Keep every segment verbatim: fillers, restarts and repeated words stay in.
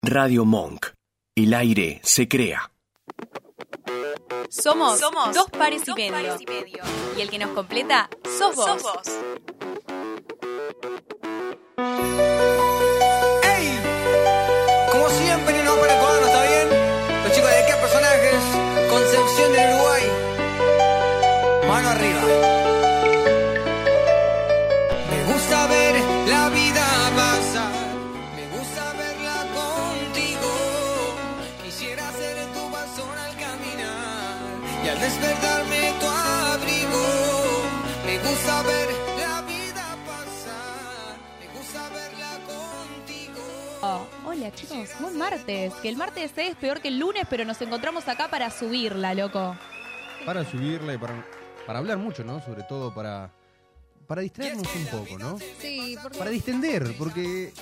Radio Monk. El aire se crea. Somos, Somos dos pares, dos y, medio. pares y medio. Y el que nos completa sos vos. Sos vos. ¡Ey! Como siempre, no para Ecuador, ¿está bien? Los chicos de qué personajes. Concepción del Uruguay. Mano arriba. Me gusta ver la vida pasar. Me gusta verla contigo. Quisiera ser tu bastón al caminar. Y al despertarme tu abrigo. Me gusta ver la vida pasar. Me gusta verla contigo. Oh, hola chicos, buen martes. Que el martes es peor que el lunes, pero nos encontramos acá para subirla, loco. Para subirla y para, para hablar mucho, ¿no? Sobre todo para, para distraernos un poco, ¿no? Sí, porque... Para distender, porque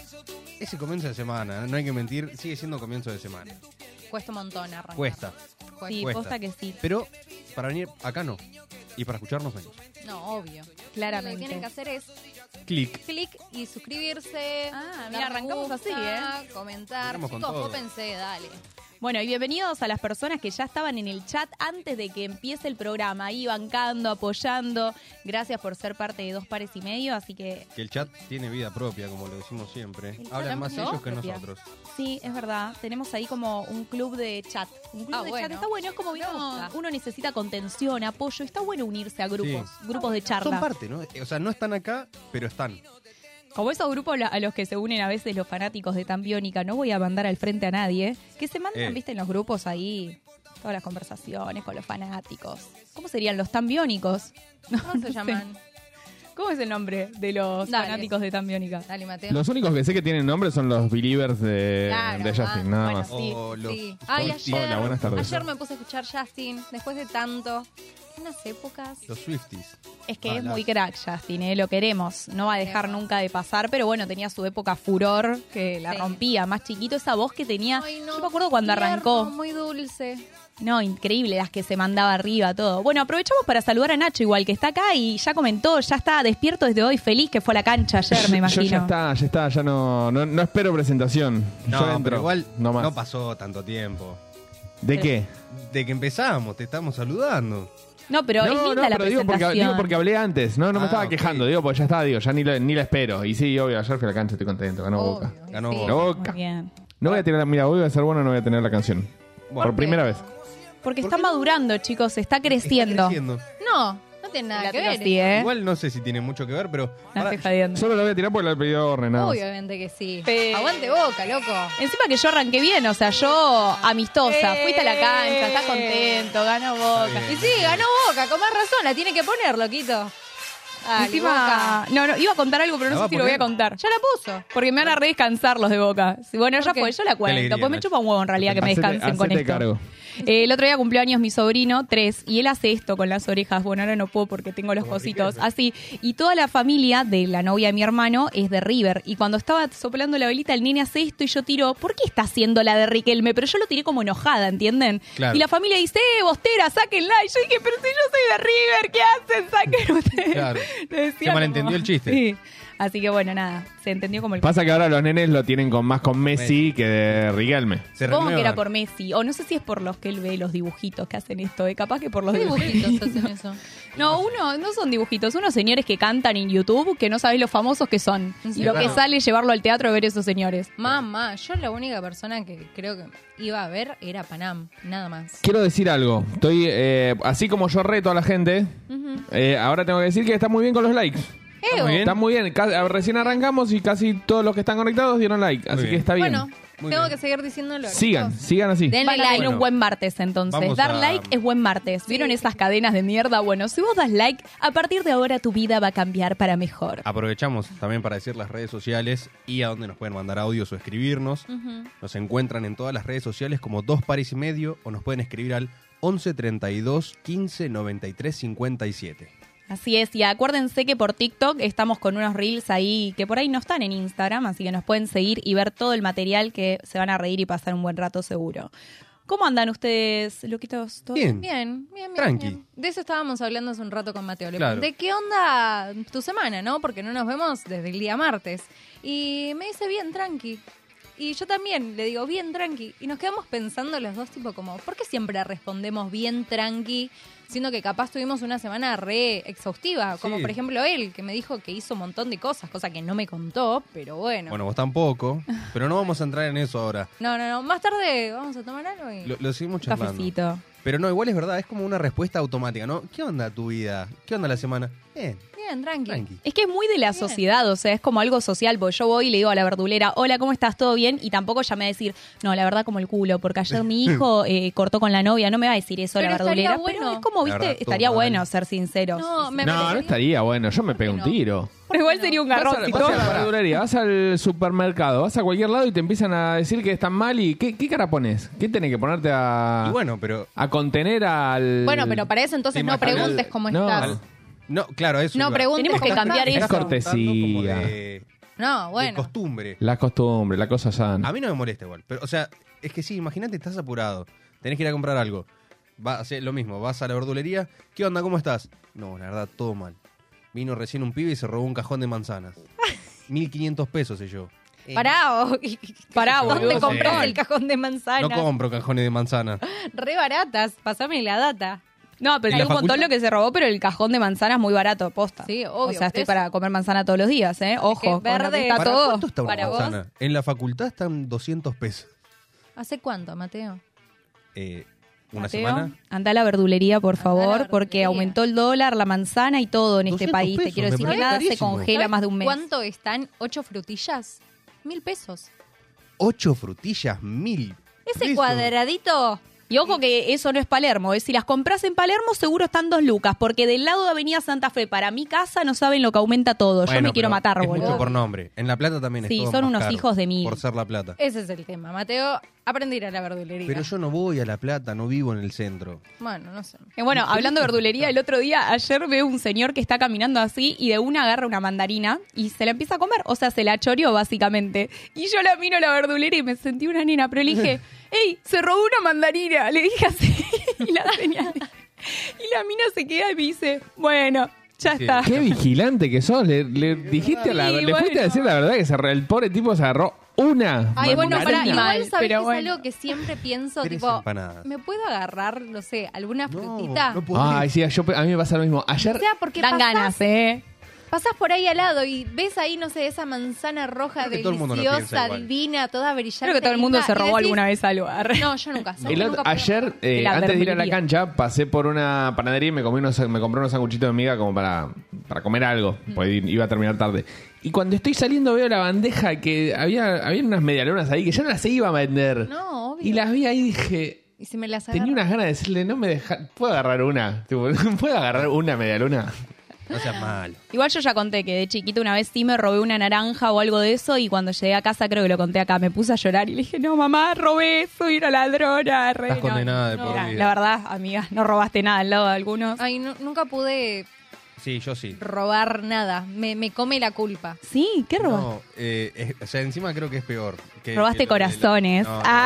ese comienzo de semana, no hay que mentir, sigue siendo comienzo de semana. Cuesta un montón arrancar. Cuesta. Sí, Cuesta. posta que sí. Pero para venir acá no. Y para escucharnos menos. No, obvio. Claramente. Lo que tienen que hacer es Clic. clic y suscribirse. Ah, mira, dar me arrancamos gusta, así, ¿eh? Comentar. Arrancamos con Chicos, todo. cópense, dale. Bueno, y bienvenidos a las personas que ya estaban en el chat antes de que empiece el programa, ahí bancando, apoyando. Gracias por ser parte de Dos Pares y Medio, así que... Que el chat tiene vida propia, como lo decimos siempre. El chat Hablan más tiene ellos que propia. nosotros. Sí, es verdad. Tenemos ahí como un club de chat. Un club Ah, de bueno. chat está bueno, es como Me uno, gusta. uno necesita contención, apoyo. Está bueno unirse a grupos, Sí. grupos de charla. Son parte, ¿no? O sea, no están acá, pero están. Como esos grupos a los que se unen a veces los fanáticos de Tan Biónica, no voy a mandar al frente a nadie, que se mandan, Eh. viste, en los grupos ahí, todas las conversaciones con los fanáticos. ¿Cómo serían los Tan Biónicos? ¿Cómo No se sé. llaman? ¿Cómo es el nombre de los Dale. fanáticos de Tan Biónica? Dale, Mateo. Los únicos que sé que tienen nombre son los Believers de, Claro, de Justin, ah, nada bueno, más. sí, O los Sí. Ay, Swifties. ayer, Hola, buenas tardes. ayer me puse a escuchar Justin, después de tanto. Unas épocas. Los Swifties. Es que Ah, es las- muy crack Justin, ¿eh? Lo queremos. No va a dejar Queremos. nunca de pasar, pero bueno, tenía su época furor, que la Sí. rompía. Más chiquito, esa voz que tenía. Ay, no, Yo me acuerdo cuando tierno, arrancó. Muy dulce. No, increíble las que se mandaba arriba, todo. Bueno, aprovechamos para saludar a Nacho igual, que está acá y ya comentó, ya está despierto desde hoy, feliz que fue a la cancha ayer, me imagino. Yo ya está, ya está, ya no, no, no espero presentación. No, Yo entro, pero igual no más. no pasó tanto tiempo. ¿De qué? De que empezamos, te estamos saludando. No, pero es no, linda no, la pero digo porque, presentación. digo porque hablé antes, no, no me Ah, estaba ok. quejando, digo porque ya está, digo, ya ni la, ni la espero. Y sí, obvio, ayer fui a la cancha, estoy contento, ganó Obvio, Boca. Ganó sí. Boca. Ganó Muy Boca. bien. No voy a tener, mira, hoy va a ser bueno, no voy a tener la canción. Bueno, Por primera vez. Porque ¿Por está qué no? madurando, chicos, está creciendo. Está creciendo. No, no tiene nada La que tiro ver. así, ¿eh? Igual no sé si tiene mucho que ver, pero No ahora- estoy jodiendo. Solo lo voy a tirar porque lo he pedido ordenado. Obviamente que sí. Pero- Aguante Boca, loco. Encima que yo arranqué bien, o sea, yo amistosa, Eh. fuiste a la cancha, estás contento, ganó Boca. Está Y bien. sí, ganó Boca, con más razón, la tiene que poner, loquito. Dale, Encima, no, no, iba a contar algo, pero ¿La no va sé a si lo voy a poner? contar. Boca. Ya la puso. Porque me van a re descansar los de Boca. Sí, bueno, ya ¿Por qué? fue, yo la cuento. alegría, Pues me Nacho. chupa un huevo en realidad que me Hacete- descansen con hacete esto. cargo. Eh, el otro día cumplió años mi sobrino, tres, y él hace esto con las orejas. Bueno, ahora no puedo porque tengo los Como cositos. Riquelme. Así. Y toda la familia de la novia de mi hermano es de River. Y cuando estaba soplando la velita, el nene hace esto y yo tiro, ¿por qué está haciendo la de Riquelme? Pero yo lo tiré como enojada, ¿entienden? Claro. Y la familia dice, eh, Bostera, sáquenla. Y yo dije, pero si yo soy de River, ¿qué hacen? Saquen ustedes. Claro. Le decía Se como- malentendió el chiste. Sí. Así que bueno, nada, se entendió como el... Pasa que ahora los nenes lo tienen con más con Messi, Messi. que de Riquelme. se Supongo que renueva. era por Messi, o no sé si es por los que él ve los dibujitos que hacen esto, eh, capaz que por los ¿Qué dibujitos. dibujitos hacen eso? No, uno, no son dibujitos, unos señores que cantan en YouTube que no sabés los famosos que son. ¿En Y serio? lo que sale es llevarlo al teatro a ver esos señores. Mamá, yo la única persona que creo que iba a ver era Panam, nada más. Quiero decir algo. Estoy, eh, así como yo reto a la gente, eh, ahora tengo que decir que está muy bien con los likes. Ew. muy bien. Está muy bien. Ca- recién arrancamos y casi todos los que están conectados dieron like. Así bien. que está bien. Bueno, Muy tengo bien. que seguir diciéndolo. sigan, chicos. sigan así. Denle Van a like. tener un buen martes entonces. Vamos Dar a- like es buen martes. ¿Vieron esas cadenas de mierda? Bueno, si vos das like, a partir de ahora tu vida va a cambiar para mejor. Aprovechamos también para decir las redes sociales y a dónde nos pueden mandar audios o escribirnos. Nos encuentran en todas las redes sociales como Dos Pares y Medio o nos pueden escribir al once treinta y dos quince noventa y tres cincuenta y siete. Así es, y acuérdense que por TikTok estamos con unos reels ahí que por ahí no están en Instagram, así que nos pueden seguir y ver todo el material que se van a reír y pasar un buen rato seguro. ¿Cómo andan ustedes, loquitos? ¿Todo Bien. Bien, bien, bien. Tranqui. bien. De eso estábamos hablando hace un rato con Mateo. Le Claro. pregunté, ¿qué onda tu semana, no? Porque no nos vemos desde el día martes. Y me dice, bien, tranqui. Y yo también le digo, bien tranqui. Y nos quedamos pensando los dos, tipo como, ¿por qué siempre respondemos bien tranqui? Siendo que capaz tuvimos una semana re exhaustiva. Como Sí. por ejemplo él, que me dijo que hizo un montón de cosas, cosa que no me contó, pero bueno. Bueno, vos tampoco, pero no vamos a entrar en eso ahora. No, no, no. Más tarde vamos a tomar algo y... Lo, lo seguimos charlando. Cafecito. Pero no, igual es verdad, es como una respuesta automática, ¿no? ¿Qué onda tu vida? ¿Qué onda la semana? Bien, Bien, tranqui. tranqui. Es que es muy de la Bien. sociedad, o sea, es como algo social, porque yo voy y le digo a la verdulera, hola, ¿cómo estás? ¿Todo bien? Y tampoco ya me va a decir, no, la verdad como el culo, porque ayer mi hijo eh, cortó con la novia, no me va a decir eso Pero la verdulera, estaría pero bueno. es como, La viste, verdad, todo estaría mal. bueno ser sinceros. No, me No, parecería- no estaría bueno. Yo me pego un no? tiro. Pero igual sería un Vas garrón. a, si vas todo- a la verdulería, vas al supermercado, vas a cualquier lado y te empiezan a decir que están mal y ¿qué, qué cara pones? ¿Qué tenés que ponerte a, Y bueno, pero... a contener al... Bueno, pero para eso entonces Te no imaginas- preguntes cómo No. estás. Al- No, claro, eso No iba. preguntes Tenemos que cómo cambiar estás. Es eso. cortesía. Como de, No, de bueno. costumbre. La costumbre, la cosa sana. A mí no me molesta igual. Pero, o sea, es que sí, imagínate, estás apurado. Tenés que ir a comprar algo. Va a hacer lo mismo, vas a la verdulería. ¿Qué onda? ¿Cómo estás? No, la verdad, todo mal. Vino recién un pibe y se robó un cajón de manzanas. mil quinientos pesos se yo. Pará, o- Pará, ¿dónde boludo. compras Sí. el cajón de manzana? No compro cajones de manzana. Re baratas, pasame la data. No, pero ¿En hay la un montón facultad? lo que se robó, pero el cajón de manzana es muy barato, posta. Sí, obvio, O sea, estoy por eso. para comer manzana todos los días, ¿eh? Ojo, que con lo que verde- está ¿Para todo. cuánto está una para vos. manzana? En la facultad están doscientos pesos. ¿Hace cuánto, Mateo? Eh, ¿Una Mateo, semana? anda a la verdulería, por Anda a la favor, verdulería. porque aumentó el dólar, la manzana y todo en este doscientos país. Te pesos, quiero me decir que parece nada se carísimo. congela ¿Sabes más de un mes. ¿Cuánto están ocho frutillas? Mil pesos. Ocho frutillas, mil. Ese pesos. cuadradito. Y ojo que eso no es Palermo, es si las compras en Palermo seguro están dos lucas, porque del lado de Avenida Santa Fe para mi casa no saben lo que aumenta todo. Yo Bueno, me quiero pero matar, es boludo. mucho por nombre. En La Plata también es Sí, todo son más unos caro hijos de mil. Por ser La Plata. Ese es el tema. Mateo, aprende a ir a la verdulería. Pero yo no voy a La Plata, no vivo en el centro. Bueno, no sé. Eh, Bueno, hablando de verdulería, el otro día, ayer veo un señor que está caminando así y de una agarra una mandarina y se la empieza a comer. O sea, se la choreó básicamente. Y yo la miro a la verdulería y me sentí una nena, pero le dije, ¡ey! Se robó una mandarina. Le dije así y la señalé. Y la mina se queda y me dice, bueno, ya Sí. está. Qué vigilante que sos. Le, le dijiste a la, Sí, le fuiste bueno. a decir la verdad que se, arre- el pobre tipo se agarró una. Ay, bueno, mandarina. para Mal, igual sabes pero que bueno. es algo que siempre pienso, Tres tipo, empanadas. ¿me puedo agarrar, no sé, alguna No, frutita? no podés. Ay, sí, yo, a mí me pasa lo mismo. Ayer O sea, porque Dan pasás, ganas, ¿eh? pasás por ahí al lado y ves ahí, no sé, esa manzana roja Creo que todo el mundo lo piensa deliciosa, igual. divina, toda brillante. Creo que todo el mundo linda, se y robó decís, alguna vez algo. Arre. No, yo nunca. ¿sabes El que otro- nunca probé? ayer, eh, La antes de ir a la verdulería. cancha, pasé por una panadería y me, comí unos, me compré unos sanguchitos de miga como para, para comer algo, porque iba a terminar tarde. Y cuando estoy saliendo veo la bandeja que había, había unas medialunas ahí que ya no las iba a vender. No, obvio. Y las vi ahí y dije, Y si me las tenía agarro? unas ganas de decirle, no me deja, ¿puedo agarrar una? Tipo, ¿puedo agarrar una medialuna? No seas malo. Igual yo ya conté que de chiquita una vez sí me robé una naranja o algo de eso y cuando llegué a casa creo que lo conté acá, me puse a llorar y le dije, no mamá, robé eso, era ladrona. Re, Estás no, condenada de no. por Mira, vida. la verdad, amiga, no robaste nada al lado de algunos. Ay, no- nunca pude Sí, yo sí. robar nada. Me, me come la culpa. Sí, ¿qué robaste? No, eh, es- o sea, encima creo que es peor. Que, Robaste que lo de la- corazones. no, no, que lo de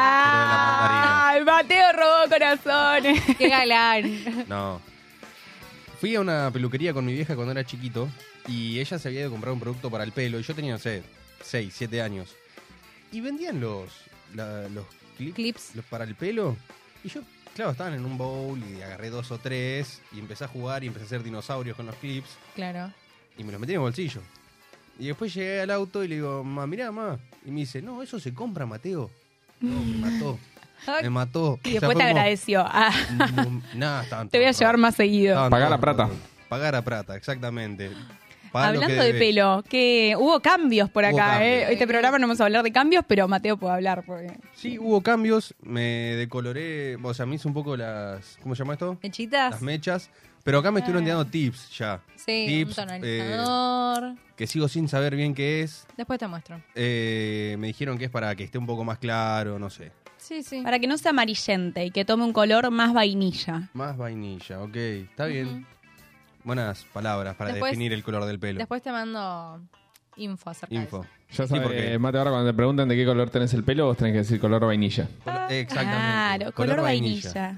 la ¡Ah! Mateo robó corazones. Qué galán. mandarina. No. Fui a una peluquería con mi vieja cuando era chiquito y ella se había ido a comprar un producto para el pelo y yo tenía, no sé, seis, siete años. Y vendían los, la- los clips, Clips. los para el pelo. Y yo, claro, estaban en un bowl y agarré dos o tres y empecé a jugar y empecé a hacer dinosaurios con los clips Claro. y me los metí en el bolsillo. Y después llegué al auto y le digo, mamá, mirá, mamá. Y me dice, no, eso se compra, Mateo. No, me mató. Me mató. Y O sea, después fue te como, agradeció. Ah, no, nada, estaban te voy a todos llevar rotos. más seguido. Estaban Pagar todos la plata. rotos. Pagar a plata, exactamente. Pagar lo Hablando que de debes. pelo, que hubo cambios por Hubo acá, cambios. ¿eh? Este programa no vamos a hablar de cambios, pero Mateo puede hablar. Porque... Sí, hubo cambios. Me decoloré, o sea, me hice un poco las, ¿cómo se llama esto? ¿Mechitas? Las mechas. Pero acá me estuvieron dando tips ya. Sí, tips, un eh, tonalizador. que sigo sin saber bien qué es. Después te muestro. Eh, me dijeron que es para que esté un poco más claro, no sé. Sí, sí. Para que no sea amarillente y que tome un color más vainilla. Más vainilla, ok, está bien. Buenas palabras para Después- definir el color del pelo. Después te mando info acerca de Info. eso. Ya Sí, sabes, porque- Mate, ahora cuando te preguntan de qué color tenés el pelo, vos tenés que decir color vainilla. Colo- Exactamente. Claro, color, vainilla.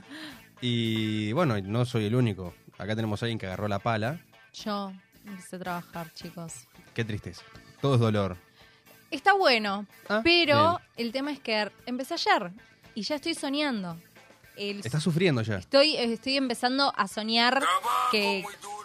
Y bueno, no soy el único. Acá tenemos a alguien que agarró la pala. Yo empecé a trabajar, chicos. Qué tristeza. Todo es dolor. Está bueno, Ah, pero el tema es que empecé ayer y ya estoy soñando. El- Estás sufriendo ya. Estoy, estoy empezando a soñar que...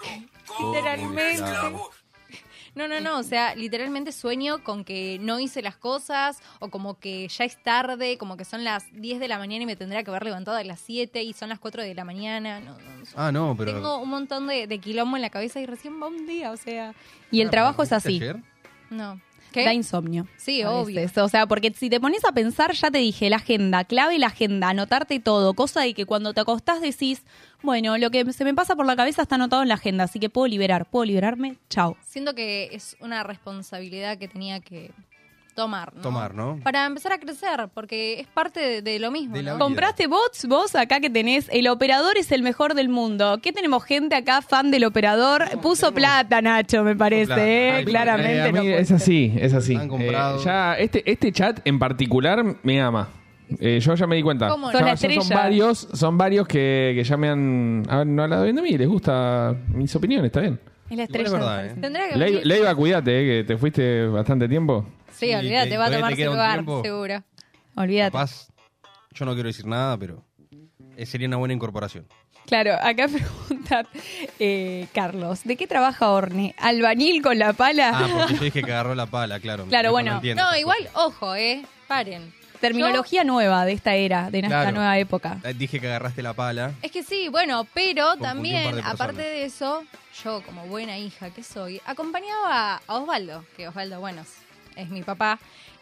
Literalmente. Claro. No, no, no, o sea, literalmente sueño con que no hice las cosas o como que ya es tarde, como que son las diez de la mañana y me tendría que haber levantado a las siete y son las cuatro de la mañana. No, no, no. Ah, no, pero... Tengo un montón de, de quilombo en la cabeza y recién va un día, o sea, Y el Ah, trabajo ¿pero es así. ayer? no. Da ¿Qué? insomnio. Sí, a obvio. veces. O sea, porque si te pones a pensar, ya te dije, la agenda, clave la agenda, anotarte todo, cosa de que cuando te acostás decís, bueno, lo que se me pasa por la cabeza está anotado en la agenda, así que puedo liberar, puedo liberarme, chao. Siento que es una responsabilidad que tenía que tomar, ¿no? Tomar, ¿no? Para empezar a crecer, porque es parte de, de lo mismo, De la ¿no? vida. ¿Compraste bots? Vos acá que tenés, el operador es el mejor del mundo. ¿Qué tenemos gente acá fan del operador? Puso plata, Nacho, me parece, plata. ¿eh? Ay, Claramente. Eh, a mí no es puede así, es así. Han comprado. Eh, ya este, este chat en particular me ama. Eh, yo ya me di cuenta. ¿Cómo? Ya- Son la ya son estrella. varios, son varios que, que ya me han, han hablado bien de mí. Les gusta mis opiniones, está bien. Es la Igual estrella. es verdad, me parece. ¿eh? Tendría que Le- venir- Leiva, cuídate, eh, que te fuiste bastante tiempo. Sí, Sí, olvídate, te- va a todavía tomar te su queda un lugar, tiempo. seguro. Olvídate. Capaz, yo no quiero decir nada, pero eh, sería una buena incorporación. Claro, acá pregunta eh, Carlos, ¿de qué trabaja Orne? ¿Albañil con la pala? Ah, porque yo dije que agarró la pala, claro. Claro, Mejor bueno. entiendo No, esas igual, cosas. ojo, eh, paren. Terminología nueva de esta era, de esta Claro. nueva época. Eh, Dije que agarraste la pala. Es que sí, bueno, pero Confundí un también, par de personas. aparte de eso, yo como buena hija que soy, acompañaba a Osvaldo, que Osvaldo, bueno, es- es mi papá,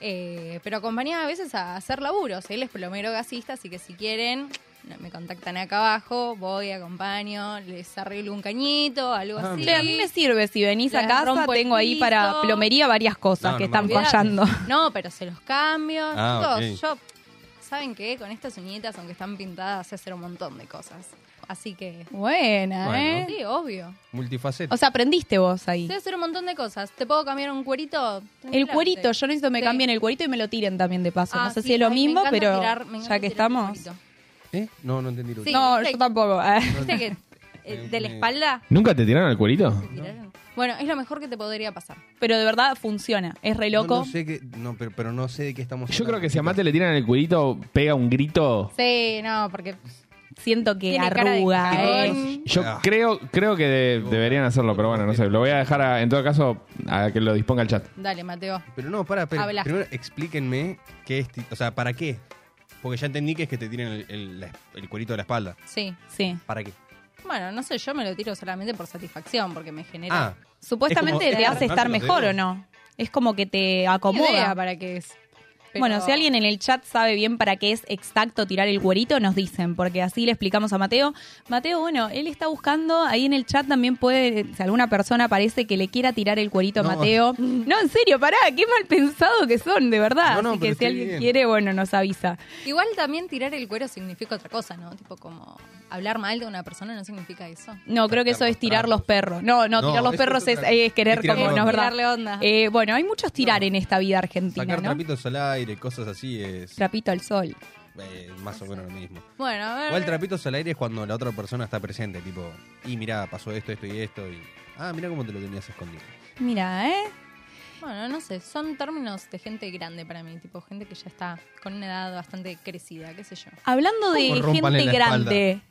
eh, pero acompañaba a veces a hacer laburos. Él es plomero gasista, así que si quieren, me contactan acá abajo, voy, acompaño, les arreglo un cañito, algo Ah, así. Che, a mí me sirve, si venís a Les casa, rompo el tengo ahí piso. para plomería varias cosas No, que no están me Olvídate. fallando. No, pero se los cambio. Ah, Chicos, ok. yo, ¿saben qué? Con estas uñitas, aunque están pintadas, sé hacer un montón de cosas. Así que, Buena, Bueno. ¿eh? sí, obvio. Multifacético. O sea, aprendiste vos ahí. Sé hacer un montón de cosas. ¿Te puedo cambiar un cuerito? El cuerito, yo necesito que me Sí. cambien el cuerito y me lo tiren también de paso. Ah, no sé sí, si es lo ay, me mismo, encanta pero tirar- me encanta ya que tirar el estamos. cuerito. ¿Eh? No, no entendí lo que Sí. No, ¿viste? yo tampoco. ¿Viste que eh, de la espalda ¿Nunca te tiraron el cuerito? te tiraron? Bueno, es lo mejor que te podría pasar. Pero de verdad funciona. Es re No, loco. no sé qué, no, pero, pero no sé de qué estamos Yo hablando. creo que si a Mate le tiran el cuerito, pega un grito. Sí, no, porque Siento que Tiene cara de arruga, cagón. ¿eh? Yo Ah. creo creo que de- deberían hacerlo, pero bueno, no sé. Lo voy a dejar, a- en todo caso, a que lo disponga el chat. dale, Mateo. Pero no, para, pero Habla. primero explíquenme qué es, ti- o sea, ¿para qué? Porque ya entendí que es que te tiren el, el- la- el cuerito de la espalda. Sí. Sí. ¿Para qué? Bueno, no sé, yo me lo tiro solamente por satisfacción, porque me genera... Ah, Supuestamente Es como- te es hace como estar arrancarse los mejor, ¿o dedos. no? Es como que te Ni acomoda. idea para qué es. Pero- Bueno, si alguien en el chat sabe bien para qué es exacto tirar el cuerito, nos dicen, porque así le explicamos a Mateo. Mateo, bueno, él está buscando, ahí en el chat también puede, si alguna persona parece que le quiera tirar el cuerito a No. Mateo. No, en serio, pará, qué mal pensado que son, de verdad. No, no, así pero que si estoy alguien bien. quiere, bueno, nos avisa. Igual también tirar el cuero significa otra cosa, ¿no? Tipo como hablar mal de una persona no significa eso. No, creo que eso Sacar es los tirar trapos. los perros. No, no, No, tirar los eso perros es es, otra- es querer es tirar como, onda. no es verdad. Tirarle onda. Eh, bueno, hay muchos tirar No. en esta vida argentina, sacar ¿no? trapitos al aire, cosas así es Trapito al sol. eh, más o menos lo mismo. Bueno, a ver. Igual trapitos al aire es cuando la otra persona está presente, tipo, y mirá, pasó esto, esto y esto, y ah, mirá cómo te lo tenías escondido. Mira, ¿eh? Bueno, no sé, son términos de gente grande para mí, tipo gente que ya está con una edad bastante crecida, qué sé yo. Hablando de Como rómpanle gente la grande.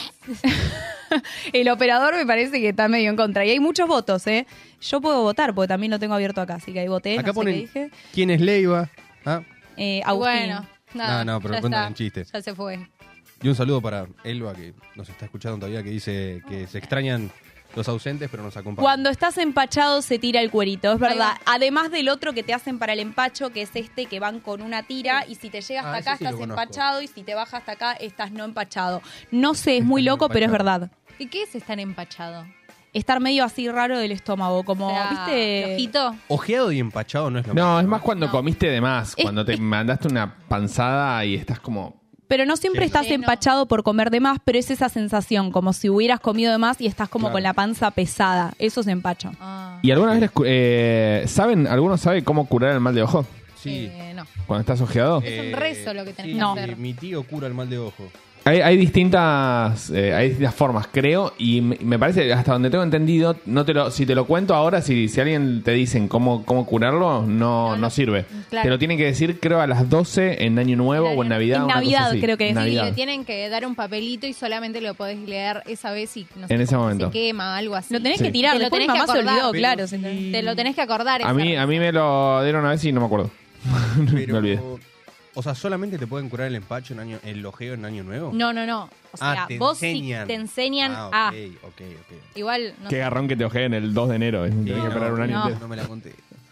El operador me parece que está medio en contra. Y hay muchos votos, ¿eh? Yo puedo votar, porque también lo tengo abierto acá, así que ahí voté. Acá no sé ponen qué dije. quién es Leiva. Ah, Eh, Y Agustín. bueno, nada, No, no, pero ya cuentan está, en chistes. Ya se fue. y un saludo para Elba, que nos está escuchando todavía, que dice que se extrañan los ausentes, pero nos acompañan. Cuando estás empachado se tira el cuerito, es verdad. Ahí Además del otro que te hacen para el empacho, que es este que van con una tira y si te llega hasta Ah, ese acá sí lo estás conozco. empachado y si te baja hasta acá estás no empachado. No sé, es muy Estás no loco, pero es empachado. verdad. ¿Y qué es estar empachado? Estar medio así raro del estómago, como, O sea, ¿viste? flojito. Ojeado y empachado no es lo No, mismo. es más cuando No. comiste de más, Es- cuando te es- mandaste una panzada y estás como... Pero no siempre Sí. estás Sí, no. empachado por comer de más, pero es esa sensación, como si hubieras comido de más y estás como Claro. con la panza pesada. Eso es empacho. Ah, ¿Y alguna vez les cu- eh, saben, algunos saben cómo curar el mal de ojo? Sí. eh, no. Cuando estás ojeado. Es un rezo lo que tenés sí, que mi- hacer. Mi tío cura el mal de ojo. Hay, hay distintas eh, hay distintas formas, creo, y me, me parece, hasta donde tengo entendido, no te lo, si te lo cuento ahora, si, si alguien te dicen cómo, cómo curarlo, no, no, no sirve. Claro. Te lo tienen que decir, creo, a las doce en Año Nuevo En o en Año- Navidad. en una cosa Navidad, así. creo que es. Sí, Navidad. le tienen que dar un papelito y solamente lo podés leer esa vez y no sé, En ese como que momento. se quema, algo así. Lo tenés Sí. que tirar, Te lo después mi tenés que mamá se acordar. olvidó, Pero claro. sí. se- Te lo tenés que acordar. A esa mí, vez. a mí me lo dieron una vez y no me acuerdo. Pero, me olvidé. o sea, ¿solamente te pueden curar el empacho en año, el ojeo en Año Nuevo? No, no, no. O sea, Ah, te vos sí enseñan. te enseñan Ah, a... ok, ok, ok. Igual, no Qué sé. garrón que te ojeen el dos de enero. eh. Sí, Tenés que esperar un año no. entero. No me la conté.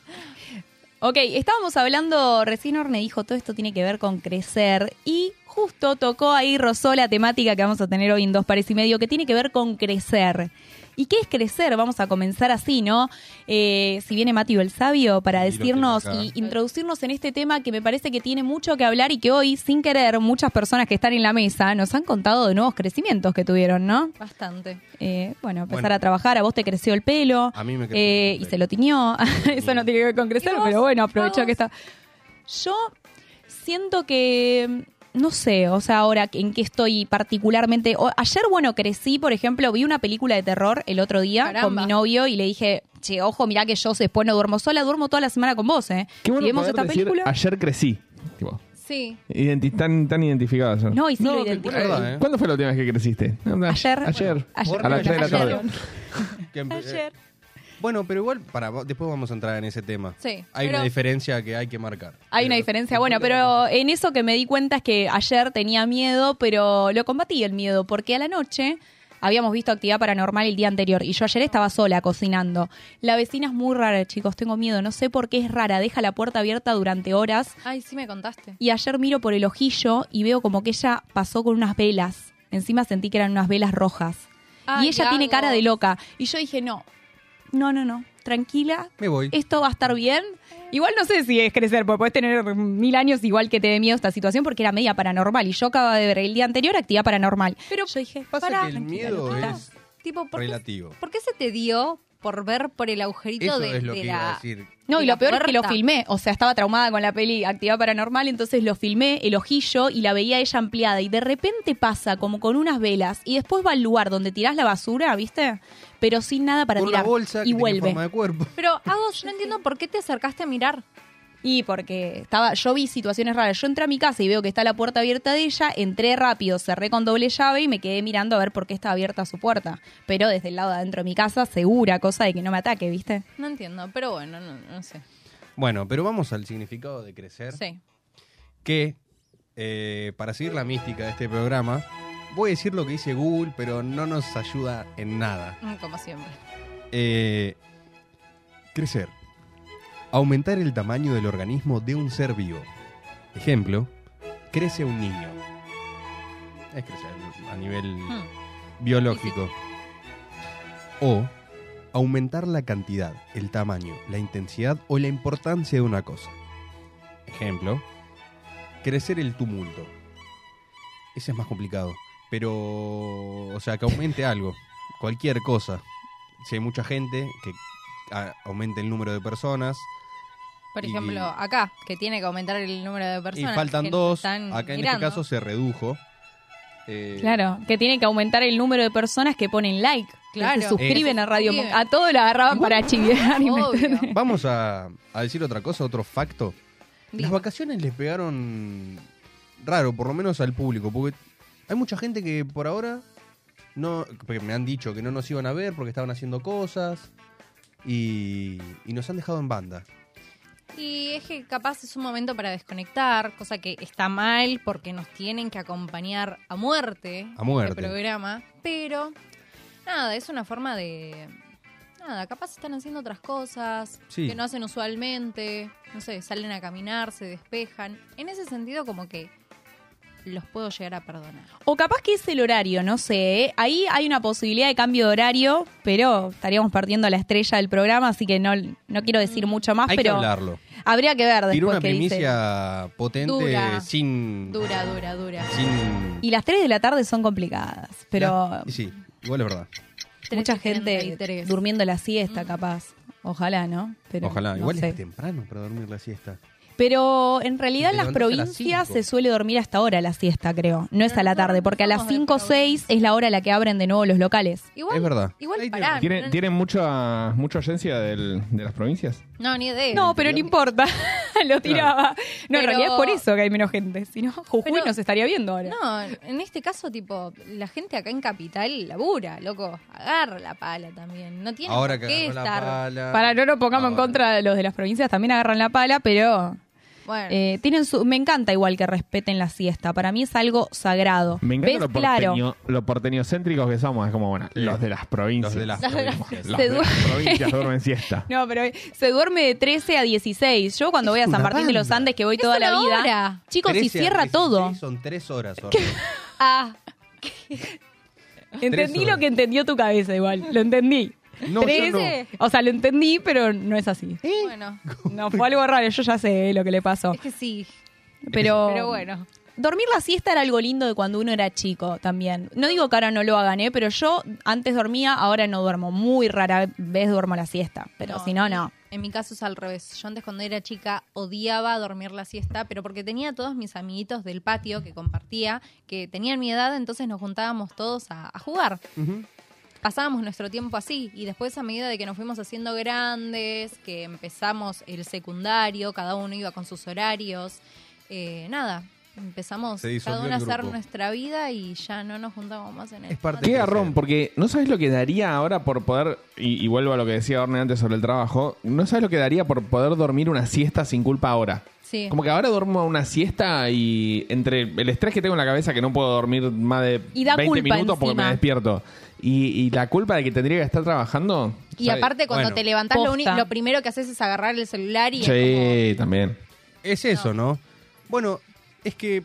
Ok, estábamos hablando, recién Orne dijo, todo esto tiene que ver con crecer y justo tocó ahí, rozó la temática que vamos a tener hoy en Dos Pares y Medio, que tiene que ver con crecer. ¿Y qué es crecer? Vamos a comenzar así, ¿no? Eh, si viene Mati el Sabio para Sí, lo decirnos tengo acá. y introducirnos en este tema que me parece que tiene mucho que hablar y que hoy, sin querer, muchas personas que están en la mesa nos han contado de nuevos crecimientos que tuvieron, ¿no? Bastante. Eh, bueno, empezar Bueno. a trabajar, a vos te creció el pelo, A mí me creció eh, el y pelo. se lo tiñó. Eso no tiene que ver con crecer, ¿Y vos? pero bueno, aprovechó ¿Vos? que está. Yo siento que, no sé, o sea, ahora en qué estoy particularmente. o- ayer, bueno, crecí, por ejemplo, vi una película de terror el otro día Caramba. con mi novio y le dije, che, ojo, mirá que yo después no duermo sola, duermo toda la semana con vos, ¿eh? Qué bueno si vemos poder esta decir, película. ayer crecí. Tipo, Sí. identi- tan, tan identificadas. No, y sí lo que- identifico. es verdad, ¿eh? ¿Cuándo fue la última vez que creciste? Ayer. Ayer. Ayer. A las tres de la tarde. Ayer. Que empe- Ayer. Bueno, pero igual, para después vamos a entrar en ese tema. Sí, Hay pero- una diferencia que hay que marcar. Hay una Pero- diferencia, bueno, pero en eso que me di cuenta es que ayer tenía miedo, pero lo combatí el miedo, porque a la noche habíamos visto Actividad Paranormal el día anterior y yo ayer estaba sola cocinando. La vecina es muy rara, chicos, tengo miedo, no sé por qué es rara, deja la puerta abierta durante horas Ay, sí me contaste. y ayer miro por el ojillo y veo como que ella pasó con unas velas. Encima sentí que eran unas velas rojas. Ay, y ella Gago. tiene cara de loca. Y yo dije, no, no, no, no, tranquila, Me voy. esto va a estar bien. Igual no sé si es crecer, porque puedes tener mil años igual que te dé miedo esta situación, porque era media paranormal. Y yo acababa de ver el día anterior Actividad Paranormal. Pero yo dije, Pasa Pará, que el tranquila, miedo loquita. es Tipo, ¿por qué, relativo. ¿por qué se te dio por ver por el agujerito Eso de, es lo de que iba a la... decir. No, de y la lo peor es que lo puerta? filmé. O sea, estaba traumada con la peli Actividad Paranormal, entonces lo filmé, el ojillo, y la veía ella ampliada. Y de repente pasa como con unas velas, y después va al lugar donde tirás la basura, ¿viste? Pero sin nada para Con tirar. una bolsa que y tiene vuelve. forma de cuerpo. Pero, Hago, yo no entiendo por qué te acercaste a mirar. Y porque estaba, yo vi situaciones raras. Yo entré a mi casa y veo que está la puerta abierta de ella, entré rápido, cerré con doble llave y me quedé mirando a ver por qué estaba abierta su puerta. Pero desde el lado de adentro de mi casa, segura, cosa de que no me ataque, ¿viste? No entiendo, pero bueno, no, no sé. Bueno, pero vamos al significado de crecer. Sí. Que, eh, para seguir la mística de este programa, voy a decir lo que dice Google, pero no nos ayuda en nada. Mm, Como siempre. Eh, crecer. Aumentar el tamaño del organismo de un ser vivo. Ejemplo, crece un niño. Es crecer a nivel Mm. biológico. O aumentar la cantidad, el tamaño, la intensidad o la importancia de una cosa. Ejemplo, crecer el tumulto. Ese es más complicado. Pero, o sea, que aumente algo, cualquier cosa. Si hay mucha gente, que a- aumente el número de personas. Por Y- ejemplo, acá, que tiene que aumentar el número de personas. Y faltan que dos. están Acá en mirando. este caso se redujo. Eh, Claro, que tiene que aumentar el número de personas que ponen like, Claro. que se suscriben Eh, a Radio suscriben. Monk. A todos la agarraban para chiviar y Obvio. meter- Vamos a, a decir otra cosa, otro facto. Las Diga. vacaciones les pegaron raro, por lo menos al público, porque hay mucha gente que por ahora no, porque me han dicho que no nos iban a ver porque estaban haciendo cosas y, y nos han dejado en banda. Y es que capaz es un momento para desconectar, cosa que está mal porque nos tienen que acompañar a muerte. A muerte. Este programa. Pero, nada, es una forma de... Nada, capaz están haciendo otras cosas Sí. que no hacen usualmente. No sé, salen a caminar, se despejan. En ese sentido, como que los puedo llegar a perdonar. O capaz que es el horario, no sé. ¿eh? Ahí hay una posibilidad de cambio de horario, pero estaríamos partiendo a la estrella del programa, así que no, no quiero decir mucho más, Hay que pero hablarlo. habría que ver Tiró después una qué dice. primicia potente Dura. sin... Dura, dura, dura. sin Y las tres de la tarde son complicadas, pero La- sí, igual es verdad. mucha trece treinta y gente tres. durmiendo la siesta, capaz. Ojalá, ¿no? Pero Ojalá. no Igual sé. es temprano para dormir la siesta. Pero en realidad en Te las levantás a las provincias cinco. se suele dormir hasta ahora la siesta, creo. No es Pero a la nosotros tarde, no porque a las somos de cinco o seis provincia. es la hora a la que abren de nuevo los locales. Igual, Es verdad. Igual Ahí pará. ¿Tienen, no- ¿tienen mucha, mucha agencia del- de las provincias? No, ni idea. No, pero no importa. Lo tiraba. No, en Pero- realidad es por eso que hay menos gente. Si no, Jujuy Pero- nos estaría viendo ahora. No, en este caso, tipo, la gente acá en Capital labura, loco. Agarra la pala también. No tiene Ahora por que qué agarró la estar. pala. Para no nos pongamos en Ahora. contra de los de las provincias, también agarran la pala, pero Bueno, eh, tienen su. Me encanta igual que respeten la siesta. Para mí es algo sagrado. Me encanta ¿Ves? lo, Claro. porteño, lo porteñocéntricos que somos. Es como, bueno, los de las provincias. Los de las provincias. Los Se de duer- las provincias duermen siesta. No, pero se duerme de trece a dieciséis. Yo cuando voy a Es San una Martín de los banda. Andes, que voy Es toda la una vida. hora. Chicos, y trece a cierra dieciséis todo. Son tres horas. Orne. ah, Entendí horas. lo que entendió tu cabeza igual. Lo entendí. No, yo trece. O sea, lo entendí, pero no es así. bueno. No, fue algo raro. Yo ya sé lo que le pasó. Es que sí. Pero, Pero bueno. dormir la siesta era algo lindo de cuando uno era chico también. No digo que ahora no lo hagan, ¿eh? Pero yo antes dormía, ahora no duermo. Muy rara vez duermo la siesta. Pero si no, no. En mi caso es al revés. Yo antes cuando era chica odiaba dormir la siesta, pero porque tenía todos mis amiguitos del patio que compartía, que tenían mi edad, entonces nos juntábamos todos a, a jugar. Pasábamos nuestro tiempo así y después a medida de que nos fuimos haciendo grandes, que empezamos el secundario, cada uno iba con sus horarios, eh, nada, empezamos Se disolvió cada uno a el hacer grupo. nuestra vida y ya no nos juntamos más en el Es parte patio. Qué de garrón, porque no sabes lo que daría ahora por poder, y, y vuelvo a lo que decía Orne antes sobre el trabajo, no sabes lo que daría por poder dormir una siesta sin culpa ahora. Sí. Como que ahora duermo una siesta y entre el estrés que tengo en la cabeza que no puedo dormir más de Y da veinte culpa minutos porque encima. me despierto. Y, y la culpa de que tendría que estar trabajando. Y ¿sabes? aparte cuando Bueno, te levantás lo, uni- posta. lo primero que haces es agarrar el celular y es Sí, también. Es eso, ¿no? Bueno, es que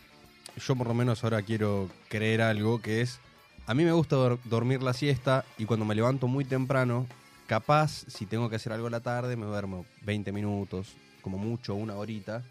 yo por lo menos ahora quiero creer algo que es, a mí me gusta dor- dormir la siesta y cuando me levanto muy temprano, capaz si tengo que hacer algo a la tarde me duermo veinte minutos, como mucho, una horita.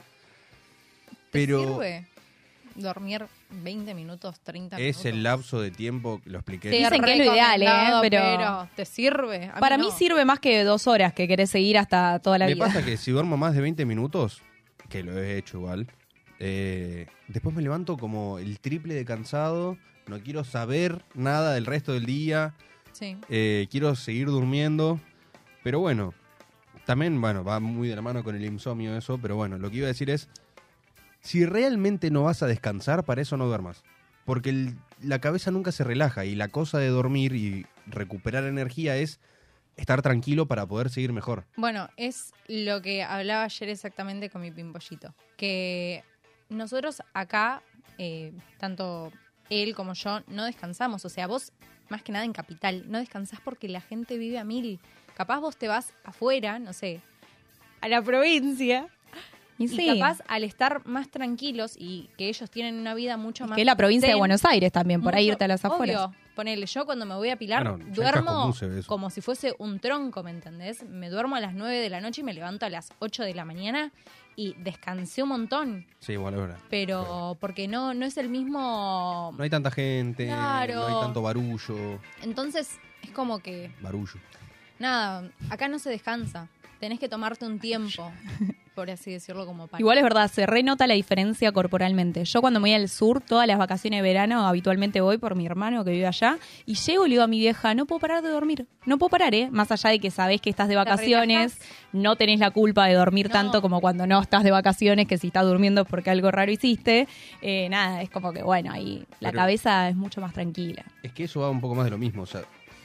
¿Te Pero sirve dormir veinte minutos, treinta es minutos? el lapso de tiempo, lo expliqué. Sí, Dicen que es lo ideal, ¿eh? recomendado, Pero- ¿te sirve? A Para no. mí sirve más que dos horas que querés seguir hasta toda la Me vida. pasa que si duermo más de veinte minutos, que lo he hecho igual, eh, después me levanto como el triple de cansado, no quiero saber nada del resto del día, Sí. eh, quiero seguir durmiendo, pero bueno, también, bueno, va muy de la mano con el insomnio eso, pero bueno, lo que iba a decir es, si realmente no vas a descansar, para eso no duermas, porque el- la cabeza nunca se relaja y la cosa de dormir y recuperar energía es estar tranquilo para poder seguir mejor. Bueno, es lo que hablaba ayer exactamente con mi pimpollito. Que nosotros acá, eh, tanto él como yo, no descansamos. O sea, vos, más que nada en Capital, no descansás porque la gente vive a mil. Capaz vos te vas afuera, no sé, A la provincia. Y y sí, capaz al estar más tranquilos y que ellos tienen una vida mucho más... que es la provincia de zen, Buenos Aires también, por ahí mucho- irte a las afueras. Obvio. Ponele, yo cuando me voy a Pilar Bueno, ya en duermo Cascomún se ve eso. como si fuese un tronco, ¿me entendés? Me duermo a las nueve de la noche y me levanto a las ocho de la mañana y descansé un montón, Sí, igual es verdad. pero porque no, no es el mismo... No hay tanta gente, Claro. no hay tanto barullo. Entonces es como que, Barullo. nada, acá no se descansa. Tenés que tomarte un tiempo, por así decirlo, como para... Igual es verdad, se renota la diferencia corporalmente. Yo cuando me voy al sur, todas las vacaciones de verano, habitualmente voy por mi hermano que vive allá, y llego y le digo a mi vieja, no puedo parar de dormir. No puedo parar, ¿eh? Más allá de que sabés que estás de vacaciones, no tenés la culpa de dormir No. tanto como cuando no estás de vacaciones, que si estás durmiendo es porque algo raro hiciste. Eh, nada, es como que, bueno, ahí la Pero- cabeza es mucho más tranquila. Es que eso va un poco más de lo mismo. O sea,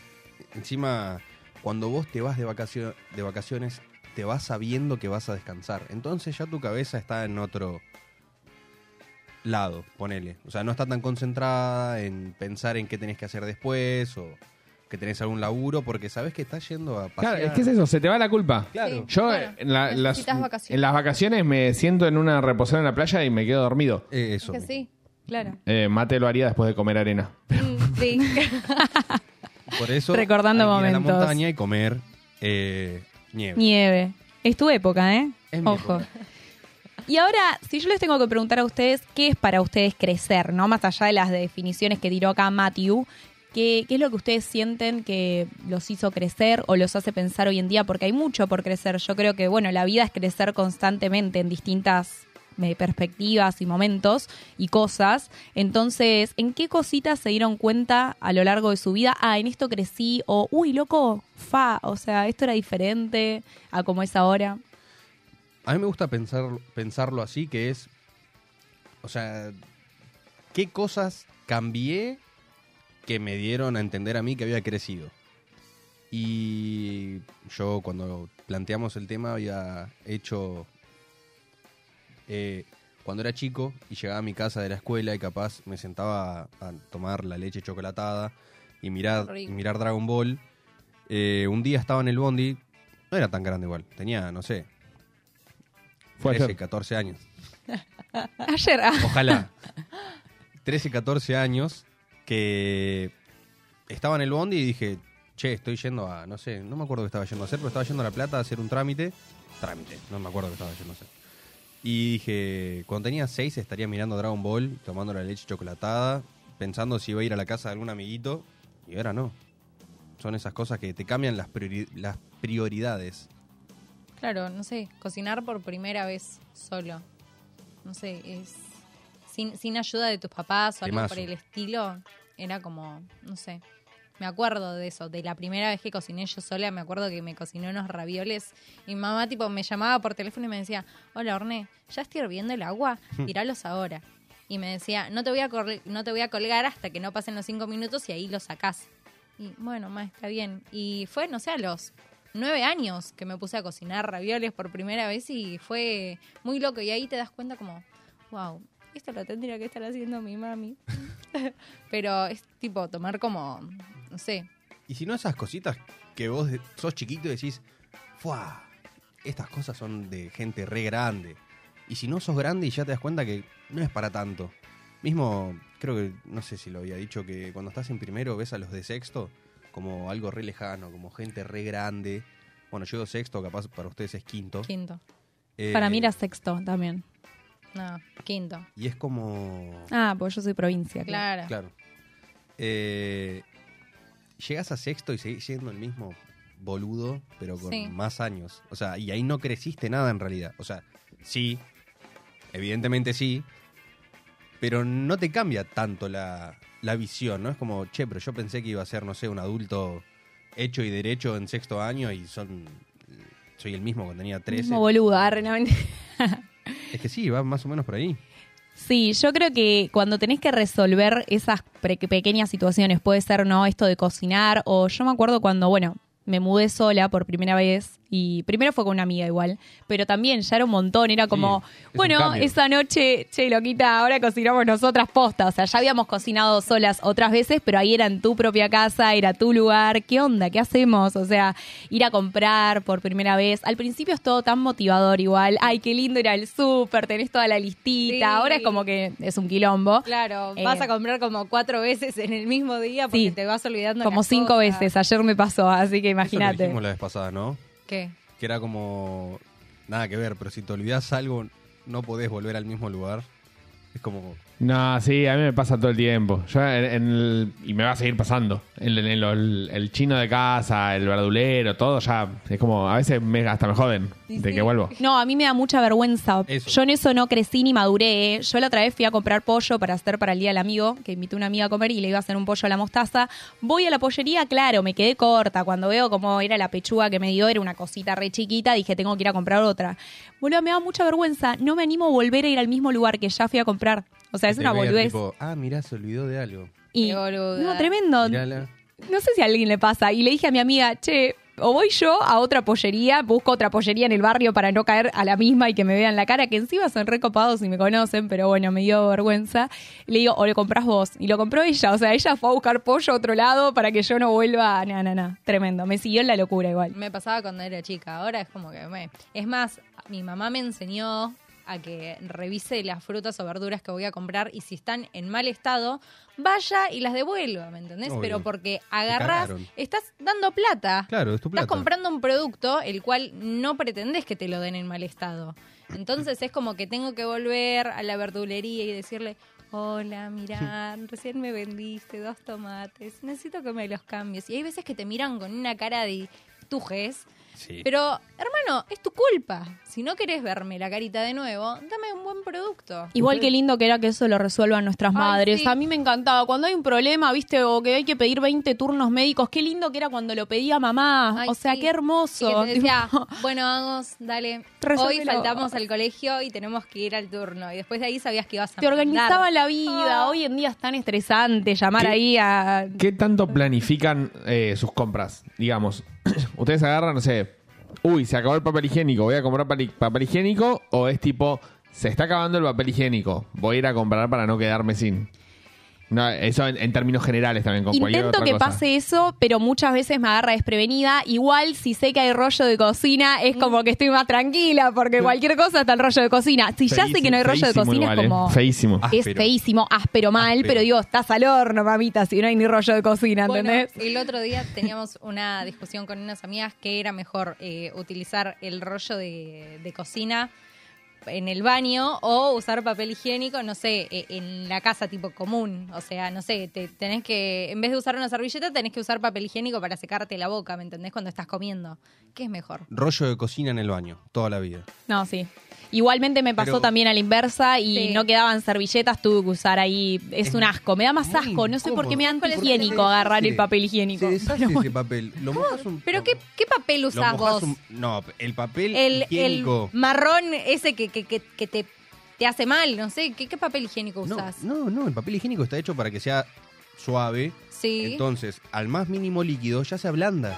encima, cuando vos te vas de, vacacio- de vacaciones, te vas sabiendo que vas a descansar. Entonces ya tu cabeza está en otro lado, ponele. O sea, no está tan concentrada en pensar en qué tenés que hacer después o que tenés algún laburo, porque sabés que estás yendo a pasear. Claro, es que es eso, se te va la culpa. Claro. Sí. Yo Bueno, en, la- las, necesitas vacaciones. en las vacaciones me siento en una reposera en la playa y me quedo dormido. Eh, Es eso. que mismo. sí, claro. Eh, Mate lo haría después de comer arena. Mm, sí. Por eso Recordando hay que ir a la momentos. montaña y comer eh, nieve. Nieve. Es tu época, ¿eh? Es mi Ojo. época. Y ahora, si yo les tengo que preguntar a ustedes, ¿qué es para ustedes crecer, no? Más allá de las definiciones que tiró acá Matthew, ¿qué, ¿qué es lo que ustedes sienten que los hizo crecer o los hace pensar hoy en día? Porque hay mucho por crecer. Yo creo que, bueno, la vida es crecer constantemente en distintas eh, perspectivas y momentos y cosas. Entonces, ¿en qué cositas se dieron cuenta a lo largo de su vida? Ah, en esto crecí, o, uy, loco, fa, o sea, esto era diferente a como es ahora. A mí me gusta pensar, pensarlo así, que es, o sea, ¿qué cosas cambié que me dieron a entender a mí que había crecido? Y yo cuando planteamos el tema había hecho, eh, cuando era chico y llegaba a mi casa de la escuela y capaz me sentaba a tomar la leche chocolatada y mirar, y mirar Dragon Ball. Eh, un día estaba en el bondi, no era tan grande igual, tenía, no sé, Fue trece, ayer. catorce años. Ayer, ah. Ojalá. trece, catorce años que estaba en el bondi y dije, che, estoy yendo a, no sé, no me acuerdo qué estaba yendo a hacer, pero estaba yendo a La Plata a hacer un trámite. Trámite, no me acuerdo qué estaba yendo a hacer. Y dije, cuando tenía seis estaría mirando Dragon Ball, tomando la leche chocolatada, pensando si iba a ir a la casa de algún amiguito, y ahora no. Son esas cosas que te cambian las, priori- las prioridades. Claro, no sé, cocinar por primera vez solo. No sé, es sin, sin ayuda de tus papás o algo Temazo. por el estilo. Era como, no sé, me acuerdo de eso. De la primera vez que cociné yo sola, me acuerdo que me cociné unos ravioles. Y mi mamá tipo me llamaba por teléfono y me decía, hola Orné, ya estoy hirviendo el agua, tiralos ahora. Y me decía, no te voy a col- no te voy a colgar hasta que no pasen los cinco minutos y ahí los sacás. Y bueno, ma, está bien. Y fue, no sé, a los nueve años que me puse a cocinar ravioles por primera vez y fue muy loco. Y ahí te das cuenta como, wow, esto lo tendría que estar haciendo mi mami. Pero es tipo tomar como, no sé. Y si no, esas cositas que vos de- sos chiquito y decís, ¡fua! Estas cosas son de gente re grande. Y si no sos grande y ya te das cuenta que no es para tanto. Mismo, creo que, no sé si lo había dicho, que cuando estás en primero ves a los de sexto como algo re lejano, como gente re grande. Bueno, yo sexto, capaz para ustedes es quinto. Quinto. Eh, Para mí era sexto también. No, quinto. Y es como... Ah, pues yo soy provincia. Claro. Claro. Claro. Eh, llegas a sexto y seguís siendo el mismo boludo, pero con Sí. más años. O sea, y ahí no creciste nada en realidad. O sea, sí, evidentemente sí, pero no te cambia tanto la, la visión, ¿no? Es como, che, pero yo pensé que iba a ser, no sé, un adulto hecho y derecho en sexto año y son... Soy el mismo cuando tenía trece. Mismo boludo, arre, no, mentira. Es que sí, va más o menos por ahí. Sí, yo creo que cuando tenés que resolver esas pre- pequeñas situaciones, puede ser, ¿no? Esto de cocinar, o yo me acuerdo cuando, bueno, me mudé sola por primera vez, y primero fue con una amiga igual, pero también ya era un montón, era como, Sí, es un bueno, cambio. esa noche, che, loquita, ahora cocinamos nosotras posta, o sea, ya habíamos cocinado solas otras veces, pero ahí era en tu propia casa, era tu lugar, ¿qué onda? ¿Qué hacemos? O sea, ir a comprar por primera vez, al principio es todo tan motivador igual, ay, qué lindo ir al súper, tenés toda la listita, Sí. ahora es como que es un quilombo. Claro, Eh, vas a comprar como cuatro veces en el mismo día porque Sí. te vas olvidando Como las cinco cosas. veces, ayer me pasó, así que Eso lo imagínate. dijimos la vez pasada, ¿no? ¿Qué? Que era como... Nada que ver, pero si te olvidás algo, no podés volver al mismo lugar. Es como... No, sí, a mí me pasa todo el tiempo. Yo en, en el- y me va a seguir pasando. El, el, el- el chino de casa, el verdulero, todo ya. Es como, a veces me, hasta me joden de que vuelvo. No, a mí me da mucha vergüenza. Eso. Yo en eso no crecí ni maduré. ¿eh? Yo la otra vez fui a comprar pollo para hacer para el Día del Amigo, que invité a una amiga a comer y le iba a hacer un pollo a la mostaza. Voy a la pollería, claro, me quedé corta. Cuando veo cómo era la pechuga que me dio, era una cosita re chiquita, dije, tengo que ir a comprar otra. Boludo, me da mucha vergüenza. No me animo a volver a ir al mismo lugar que ya fui a comprar. O sea, es te una veían boludez. tipo, ah, mirá, se olvidó de algo. Y, Qué boluda. no, tremendo. Mirala. No sé si a alguien le pasa. Y le dije a mi amiga, che, o voy yo a otra pollería, busco otra pollería en el barrio para no caer a la misma y que me vean la cara, que encima son recopados y me conocen, pero bueno, me dio vergüenza. Y le digo, o lo compras vos. Y lo compró ella. O sea, ella fue a buscar pollo a otro lado para que yo no vuelva. No, no, no. Tremendo. Me siguió en la locura igual. Me pasaba cuando era chica, ahora es como que me... Es más, mi mamá me enseñó a que revise las frutas o verduras que voy a comprar y si están en mal estado, vaya y las devuelva, ¿me entendés? Obvio. Pero porque agarrás, cagaron. estás dando plata. Claro, es tu plata. Estás comprando un producto el cual no pretendés que te lo den en mal estado. Entonces es como que tengo que volver a la verdulería y decirle, hola, mirá, recién me vendiste dos tomates, necesito que me los cambies. Y hay veces que te miran con una cara de tujes. Sí. Pero, hermano, es tu culpa. Si no querés verme la carita de nuevo, dame un buen producto. Igual que lindo que era que eso lo resuelvan nuestras Ay, madres. sí. A mí me encantaba. Cuando hay un problema, viste, o que hay que pedir veinte turnos médicos, qué lindo que era cuando lo pedía mamá. Ay, o sea, sí. qué hermoso. Y que te decía, Tipo, bueno, vamos, dale. Hoy Resolvelo. faltamos al colegio y tenemos que ir al turno. Y después de ahí sabías que ibas a te organizaba mandar. la vida. Ah. Hoy en día es tan estresante llamar ¿Qué? ahí a... ¿Qué tanto planifican eh, sus compras? Digamos, ustedes agarran, no sé, uy, se acabó el papel higiénico, voy a comprar pali- papel higiénico, o es tipo, se está acabando el papel higiénico, voy a ir a comprar para no quedarme sin. No, eso en, en términos generales también, con cualquier Intento otra que cosa. pase eso, pero muchas veces me agarra desprevenida. Igual, si sé que hay rollo de cocina, es como que estoy más tranquila, porque cualquier cosa está el rollo de cocina. Si ya sé que no hay rollo de Feísimo cocina, igual, es como... eh. Feísimo. Ah, Es Áspero. feísimo, áspero mal, Áspero. pero digo, estás al horno, mamita, si no hay ni rollo de cocina, Bueno, ¿entendés? el otro día teníamos una discusión con unas amigas que era mejor eh, utilizar el rollo de, de cocina en el baño o usar papel higiénico, no sé, eh, en la casa tipo común. O sea, no sé, te tenés que, en vez de usar una servilleta, tenés que usar papel higiénico para secarte la boca, ¿me entendés? Cuando estás comiendo. ¿Qué es mejor? Rollo de cocina en el baño, toda la vida. No, sí. Igualmente me pasó Pero- también a la inversa y Sí. no quedaban servilletas, tuve que usar ahí. Es, Es un asco, me da más muy asco. No sé por qué me da incómodo. antihigiénico Porque agarrar se el papel higiénico. Se deshace ese papel. Lo mojas un- ¿Pero lo- qué, qué papel lo usás mojás vos? un- no, el papel El, el higiénico. marrón ese que, que, que, que te, te hace mal, no sé. ¿Qué, qué papel higiénico no, usás? no, no, el papel higiénico está hecho para que sea suave. Sí. Entonces, al más mínimo líquido ya se ablanda.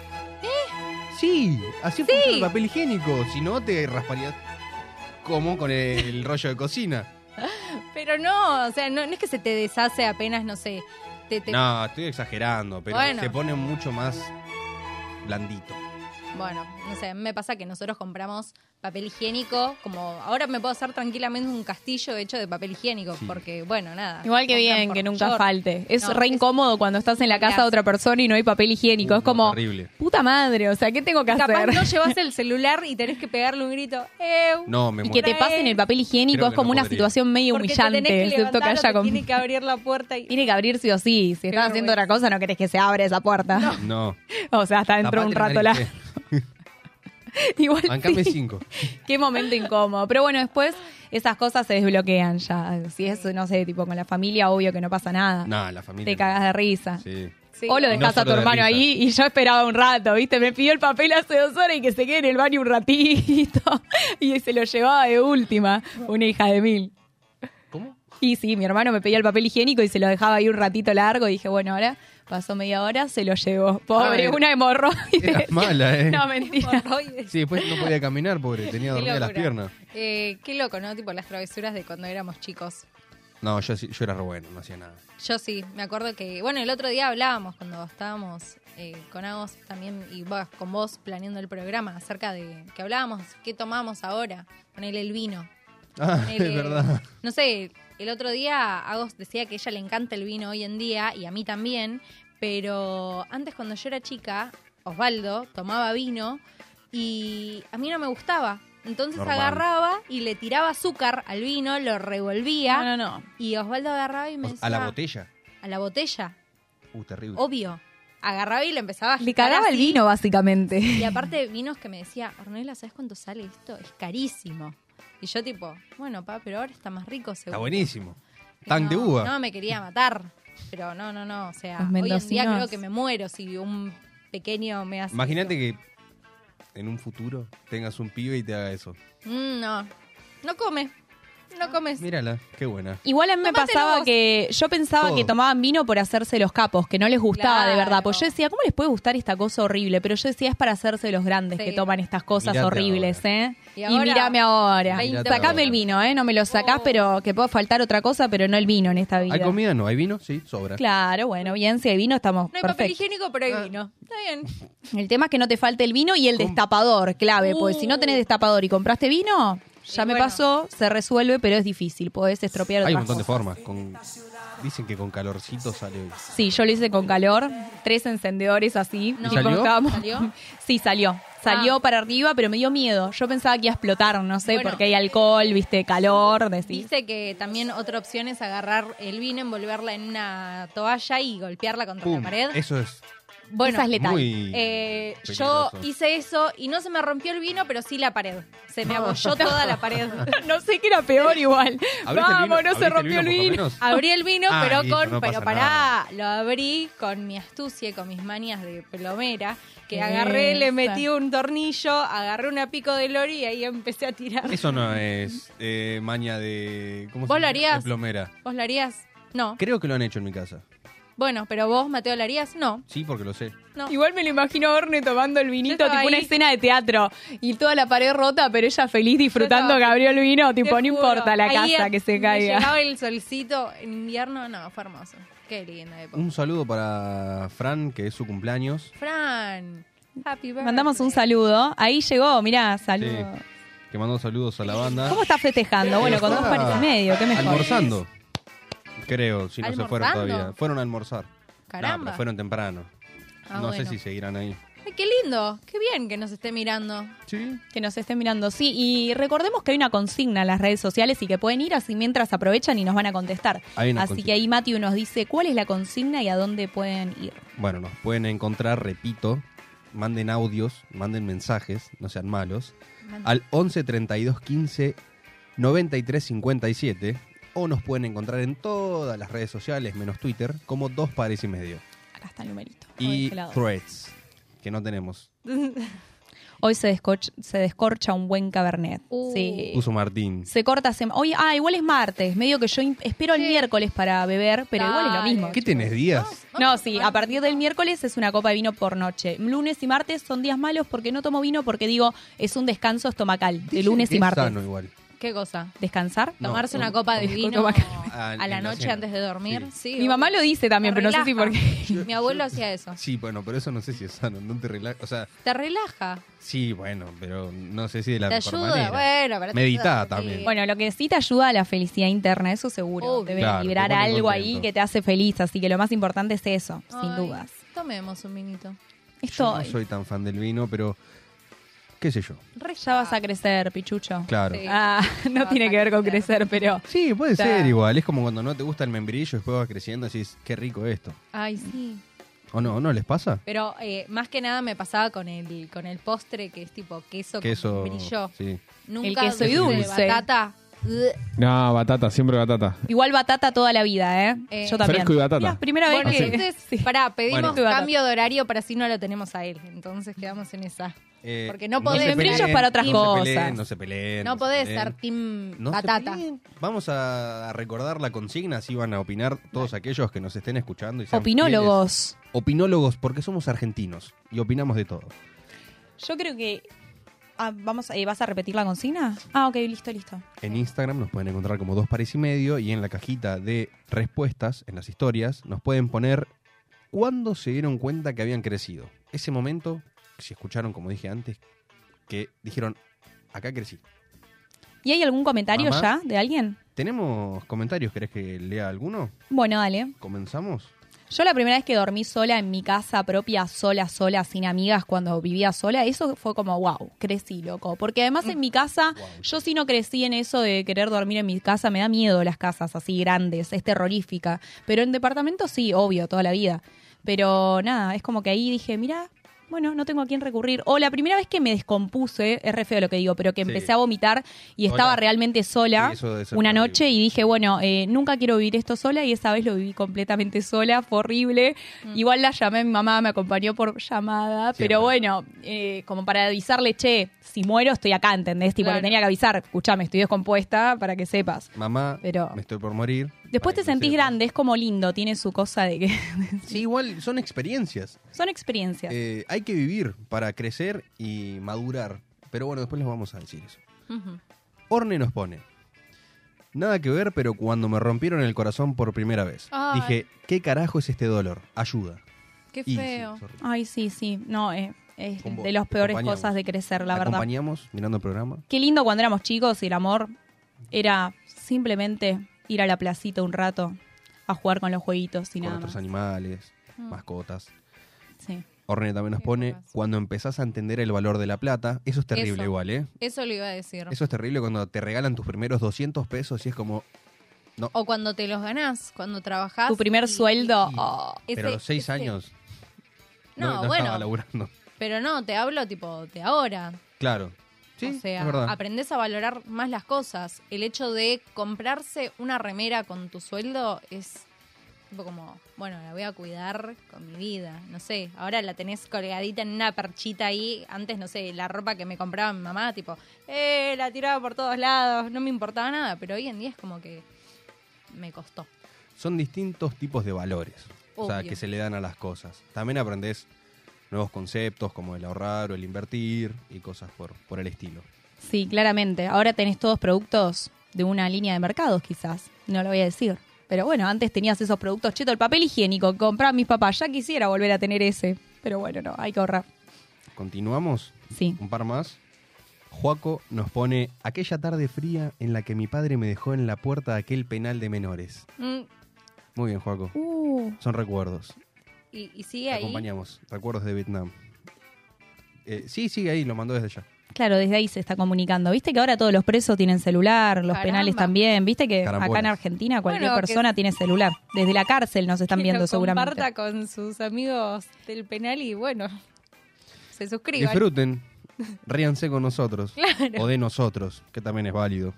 Sí, así funciona el papel higiénico. Si no, te rasparías como con el rollo de cocina. Pero no, o sea, no, no es que se te deshace apenas, no sé. Te, te- No, estoy exagerando, pero Bueno. se pone mucho más blandito. Bueno, no sé, me pasa que nosotros compramos papel higiénico, como ahora me puedo hacer tranquilamente un castillo hecho de papel higiénico, Sí. porque, bueno, nada. Igual que compran bien, por que nunca mayor. falte. Es No, re es- incómodo cuando estás en la casa de otra persona y no hay papel higiénico. Uh, es como, no, terrible. puta madre, o sea, ¿qué tengo que Capaz hacer? no llevas el celular y tenés que pegarle un grito. ¡Eu! No, me Y que muero. te pasen el papel higiénico Creo es que como no una podría. situación medio Porque te humillante, tenés que excepto que levantar o haya te con... tiene que abrir la puerta y... Tiene que abrir sí o sí. Si Qué estás haciendo vergüenza. otra cosa, no querés que se abra esa puerta. No. O sea, hasta dentro de un Tapate rato la la... nariz, Igual Bancame sí. cinco. Qué momento incómodo. Pero bueno, después esas cosas se desbloquean ya. Si es, no sé, tipo con la familia, obvio que no pasa nada. No, la familia. Te cagas de risa. Sí. Sí. O lo Y no dejas a tu solo de hermano risa. ahí y yo esperaba un rato, ¿viste? Me pidió el papel hace dos horas y que se quede en el baño un ratito. Y se lo llevaba de última. Una hija de mil. ¿Cómo? Y sí, mi hermano me pedía el papel higiénico y se lo dejaba ahí un ratito largo. Y dije, bueno, ahora pasó media hora, se lo llevó. Pobre, Ah, era- una hemorroides. Era mala, ¿eh? No, mentira. Hemorroides. Sí, después no podía caminar, pobre. Tenía Qué dormidas las locura. piernas. Eh, qué loco, ¿no? Tipo las travesuras de cuando éramos chicos. No, yo, sí- yo era re bueno, no hacía nada. Yo sí, me acuerdo que, bueno, el otro día hablábamos cuando estábamos eh, con Agos también y vos, con vos planeando el programa acerca de que hablábamos, ¿qué tomamos ahora? Ponele el vino. Ah, Ponele- es verdad. No sé, el otro día Agos decía que a ella le encanta el vino hoy en día y a mí también, pero antes cuando yo era chica, Osvaldo tomaba vino y a mí no me gustaba. Entonces Normal. agarraba y le tiraba azúcar al vino, lo revolvía No, no, no. y Osvaldo agarraba y me O- decía... A la botella. A la botella. Uh, terrible. Obvio. Agarraba y le empezaba a Le agitar cagaba el así. vino, básicamente. Y aparte vinos que me decía, Ornella, ¿sabes cuánto sale esto? Es carísimo. Y yo tipo, bueno, pa, pero ahora está más rico seguro. Está buenísimo. Y Tan de no, uva. No, me quería matar. Pero no, no, no. O sea, Los hoy en día mendocinos. creo que me muero si un pequeño me hace Imagínate eso. que en un futuro tengas un pibe y te haga eso. Mm, no. No come. No comes. Mírala, qué buena. Igual a mí me Tómatelo pasaba vos. que yo pensaba Todo. que tomaban vino por hacerse los capos, que no les gustaba de Claro. verdad. Pues yo decía, ¿cómo les puede gustar esta cosa horrible? Pero yo decía, es para hacerse los grandes Sí. que toman estas cosas Mirate horribles, ahora. ¿eh? Y Y, ahora, mírame ahora. veinte Sacame ahora. el vino, ¿eh? No me lo sacás, Oh. pero que puede faltar otra cosa, pero no el vino en esta vida. ¿Hay comida? No. ¿Hay vino? Sí, sobra. Claro, bueno, bien, si hay vino estamos No hay papel perfectos. higiénico, pero hay Ah. vino. Está bien. El tema es que no te falte el vino y el Com- destapador, clave, porque si no tenés Uh. destapador y compraste vino, ya Y me bueno. pasó, se resuelve, pero es difícil, podés estropear Hay un otras montón de cosas. formas. Con, dicen que con calorcito sale. Sí, yo lo hice con calor, tres encendedores así. No. tipo, ¿Salió? estábamos- ¿Salió? Sí, salió. Salió Ah. para arriba, pero me dio miedo. Yo pensaba que iba a explotar, no sé, Bueno. porque hay alcohol, viste, calor, decís. Viste que también otra opción es agarrar el vino, envolverla en una toalla y golpearla contra ¡Pum! la pared. Eso es Bueno, Esa es letal. muy eh, yo peligroso. hice eso y no se me rompió el vino, pero sí la pared. Se me abolló toda la pared. No sé qué era peor igual. ¿Abriste el Vamos, vino? no se ¿Abriste rompió el por lo vino. menos? Abrí el vino, Ah, pero listo, con, no pero pasa pará, nada. lo abrí con mi astucia y con mis manías de plomera, que Esa. agarré, le metí un tornillo, agarré una pico de lori y ahí empecé a tirar. Eso no es eh, maña de. ¿Cómo ¿Vos se lo llama? harías? De plomera. ¿Vos lo harías? No. Creo que lo han hecho en mi casa. Bueno, pero vos, Mateo, ¿lo harías? No. Sí, porque lo sé. No. Igual me lo imagino a Orne tomando el vinito, Yo estaba tipo una ahí. escena de teatro. Y toda la pared rota, pero ella feliz disfrutando estaba- que abrió el vino. Tipo, Te no juro, importa la ahí casa que se me caiga. Llegaba el solcito en invierno, no, fue hermoso. Qué linda época. Un saludo para Fran, que es su cumpleaños. Fran, happy birthday. Mandamos un saludo. Ahí llegó, mirá, saludo. Sí. Que mandó saludos a la banda. ¿Cómo está festejando? Bueno, con dos Está pares y medio, qué mejor. Almorzando. Creo, si no se fueron ¿Almorzando? todavía. Fueron a almorzar. No, Caramba. pero fueron temprano. Ah, no bueno. sé si seguirán ahí. Ay, qué lindo, qué bien que nos esté mirando. Sí. Que nos estén mirando, sí. Y recordemos que hay una consigna en las redes sociales y que pueden ir así mientras aprovechan y nos van a contestar. Hay una Así consigna. que ahí Matthew nos dice cuál es la consigna y a dónde pueden ir. Bueno, nos pueden encontrar, repito, manden audios, manden mensajes, no sean malos, al once treinta y dos quince noventa y tres cincuenta y siete o nos pueden encontrar en todas las redes sociales, menos Twitter, como Dos Pares y Medio. Acá está el numerito. Y de este lado. Threads, que no tenemos. Hoy se, descoch- se descorcha un buen cabernet. Uh. Sí. Puso Martín. Se corta. Se... Hoy, ah, igual es martes. Medio que yo im- espero el Sí. miércoles para beber, pero igual es lo Dale. mismo. ¿Qué tenés, días? No, sí, a partir del miércoles es una copa de vino por noche. Lunes y martes son días malos porque no tomo vino porque digo, es un descanso estomacal de lunes Que y es martes. sano igual. ¿Qué cosa? ¿Descansar? No, Tomarse no, una copa de no, vino toma- Ah, a la en la noche cena. antes de dormir. Sí. Sí, Mi mamá lo dice también, Te pero no sé si relaja. porque... Mi abuelo hacía eso. Sí, bueno, pero eso no sé si es sano, no te relaja. O sea, Te relaja, sí, bueno, pero no sé si de la te mejor ayuda. manera. Bueno, para Meditá también. Bueno, lo que sí te ayuda a la felicidad interna, eso seguro. Obvio. Debe Claro, liberar te pone algo contento. ahí que te hace feliz, así que lo más importante es eso, sin Ay, dudas. Tomemos un vinito. Esto Yo no soy tan fan del vino, pero qué sé yo. Re ya vas a crecer, pichucho. Claro. Sí. Ah, no vas tiene a que ver con crecer. crecer, pero... Sí, puede Está. ser igual. Es como cuando no te gusta el membrillo y después vas creciendo y decís, qué rico esto. Ay, sí. ¿O no? ¿No les pasa? Pero eh, más que nada me pasaba con el con el postre que es tipo queso, Queso. con brillo. Sí. Nunca El queso y dulce de dulce. batata. Ugh. No, batata, siempre batata. Igual batata toda la vida, ¿eh? Eh, Yo también. Fresco y batata. Mirá, primera vez Bueno, que... entonces, Sí. pará, pedimos Bueno. cambio de horario para si no lo tenemos a él. Entonces quedamos en esa. Eh, Porque no se podés- peleen, Membrillo es para otras no cosas. Se peleen, no se peleen. No se podés peleen. ser team No se batata. peleen. Vamos a recordar la consigna, así van a opinar todos aquellos que nos estén escuchando. Y sean Opinólogos. fieles. Opinólogos, porque somos argentinos y opinamos de todo. Yo creo que... ah, vamos, eh, ¿vas a repetir la consigna? Ah, ok, listo, listo. En Instagram nos pueden encontrar como Dos Pares y Medio y en la cajita de respuestas, en las historias, nos pueden poner cuándo se dieron cuenta que habían crecido. Ese momento, si escucharon, como dije antes, que dijeron, acá crecí. ¿Y hay algún comentario Mamá. ya de alguien? ¿Tenemos comentarios? ¿Querés que lea alguno? Bueno, dale. ¿Comenzamos? Yo la primera vez que dormí sola en mi casa propia, sola, sola, sin amigas, cuando vivía sola, eso fue como, wow, crecí, loco. Porque además en mi casa, yo sí no crecí en eso de querer dormir en mi casa, me da miedo las casas así grandes, es terrorífica. Pero en departamento sí, obvio, toda la vida. Pero nada, es como que ahí dije, mira, bueno, no tengo a quién recurrir. O la primera vez que me descompuse, es re feo lo que digo, pero que Sí. empecé a vomitar y Sola. estaba realmente sola Sí, eso debe ser una terrible. noche y dije, bueno, eh, nunca quiero vivir esto sola y esa vez lo viví completamente sola, fue horrible. Igual la llamé a mi mamá, me acompañó por llamada, Siempre. pero bueno, eh, como para avisarle, che, si muero estoy acá, ¿entendés? Tipo, Claro. le tenía que avisar, escuchame, estoy descompuesta para que sepas. Mamá, Pero- me estoy por morir. Después Para te que lo sentís sepas. grande, es como lindo, tiene su cosa de que Sí, igual son experiencias. son experiencias. Eh, hay que vivir para crecer y madurar. Pero bueno, después les vamos a decir eso. Ujú. Orne nos pone. Nada que ver, pero cuando me rompieron el corazón por primera vez. Ay. Dije, ¿qué carajo es este dolor? Ayuda. Qué Y sí, feo. es horrible. Ay, sí, sí, no, eh, Es Con vos, de las te peores acompañamos. cosas de crecer, la Te verdad. acompañamos mirando el programa. Qué lindo cuando éramos chicos y el amor era simplemente ir a la placita un rato a jugar con los jueguitos y Con nada otros más. animales, mascotas. Sí. Orne también nos Qué pone, pocas. cuando empezás a entender el valor de la plata, eso es terrible Eso. igual, ¿eh? Eso lo iba a decir. Eso es terrible cuando te regalan tus primeros doscientos pesos y es como, O cuando te los ganás, cuando trabajás. Tu primer y- sueldo. y- oh. pero a ese- los seis ese- años No, no, no bueno. estaba laburando. Pero no, te hablo tipo de ahora. Claro. Sí, o sea, es verdad. aprendés a valorar más las cosas. El hecho de comprarse una remera con tu sueldo es tipo como, bueno, la voy a cuidar con mi vida. No sé, ahora la tenés colgadita en una perchita ahí. Antes, no sé, la ropa que me compraba mi mamá, tipo, eh, la tiraba por todos lados, no me importaba nada. Pero hoy en día es como que me costó. Son distintos tipos de valores, o sea, Obvio. que se le dan a las cosas. También aprendés nuevos conceptos como el ahorrar o el invertir y cosas por, por el estilo. Sí, claramente. Ahora tenés todos productos de una línea de mercados, quizás. No lo voy a decir. Pero bueno, antes tenías esos productos. Cheto, el papel higiénico que compraban mis papás. Ya quisiera volver a tener ese. Pero bueno, no, hay que ahorrar. ¿Continuamos? Sí. Un par más. Joaco nos pone, aquella tarde fría en la que mi padre me dejó en la puerta de aquel penal de menores. Mm, Muy bien, Joaco. Uh, Son recuerdos. y, y sigue Te ahí. acompañamos. Recuerdos de Vietnam. Eh, sí, sigue ahí, lo mandó desde ya. claro, desde ahí se está comunicando. Viste que ahora todos los presos tienen celular, los Caramba. penales también. Viste que Carambolas. acá en Argentina cualquier Bueno, que- persona tiene celular. Desde la cárcel nos están Que viendo lo seguramente. comparta con sus amigos del penal y bueno, se suscriban. Disfruten. Ríanse con nosotros. Claro. O de nosotros, que también es válido.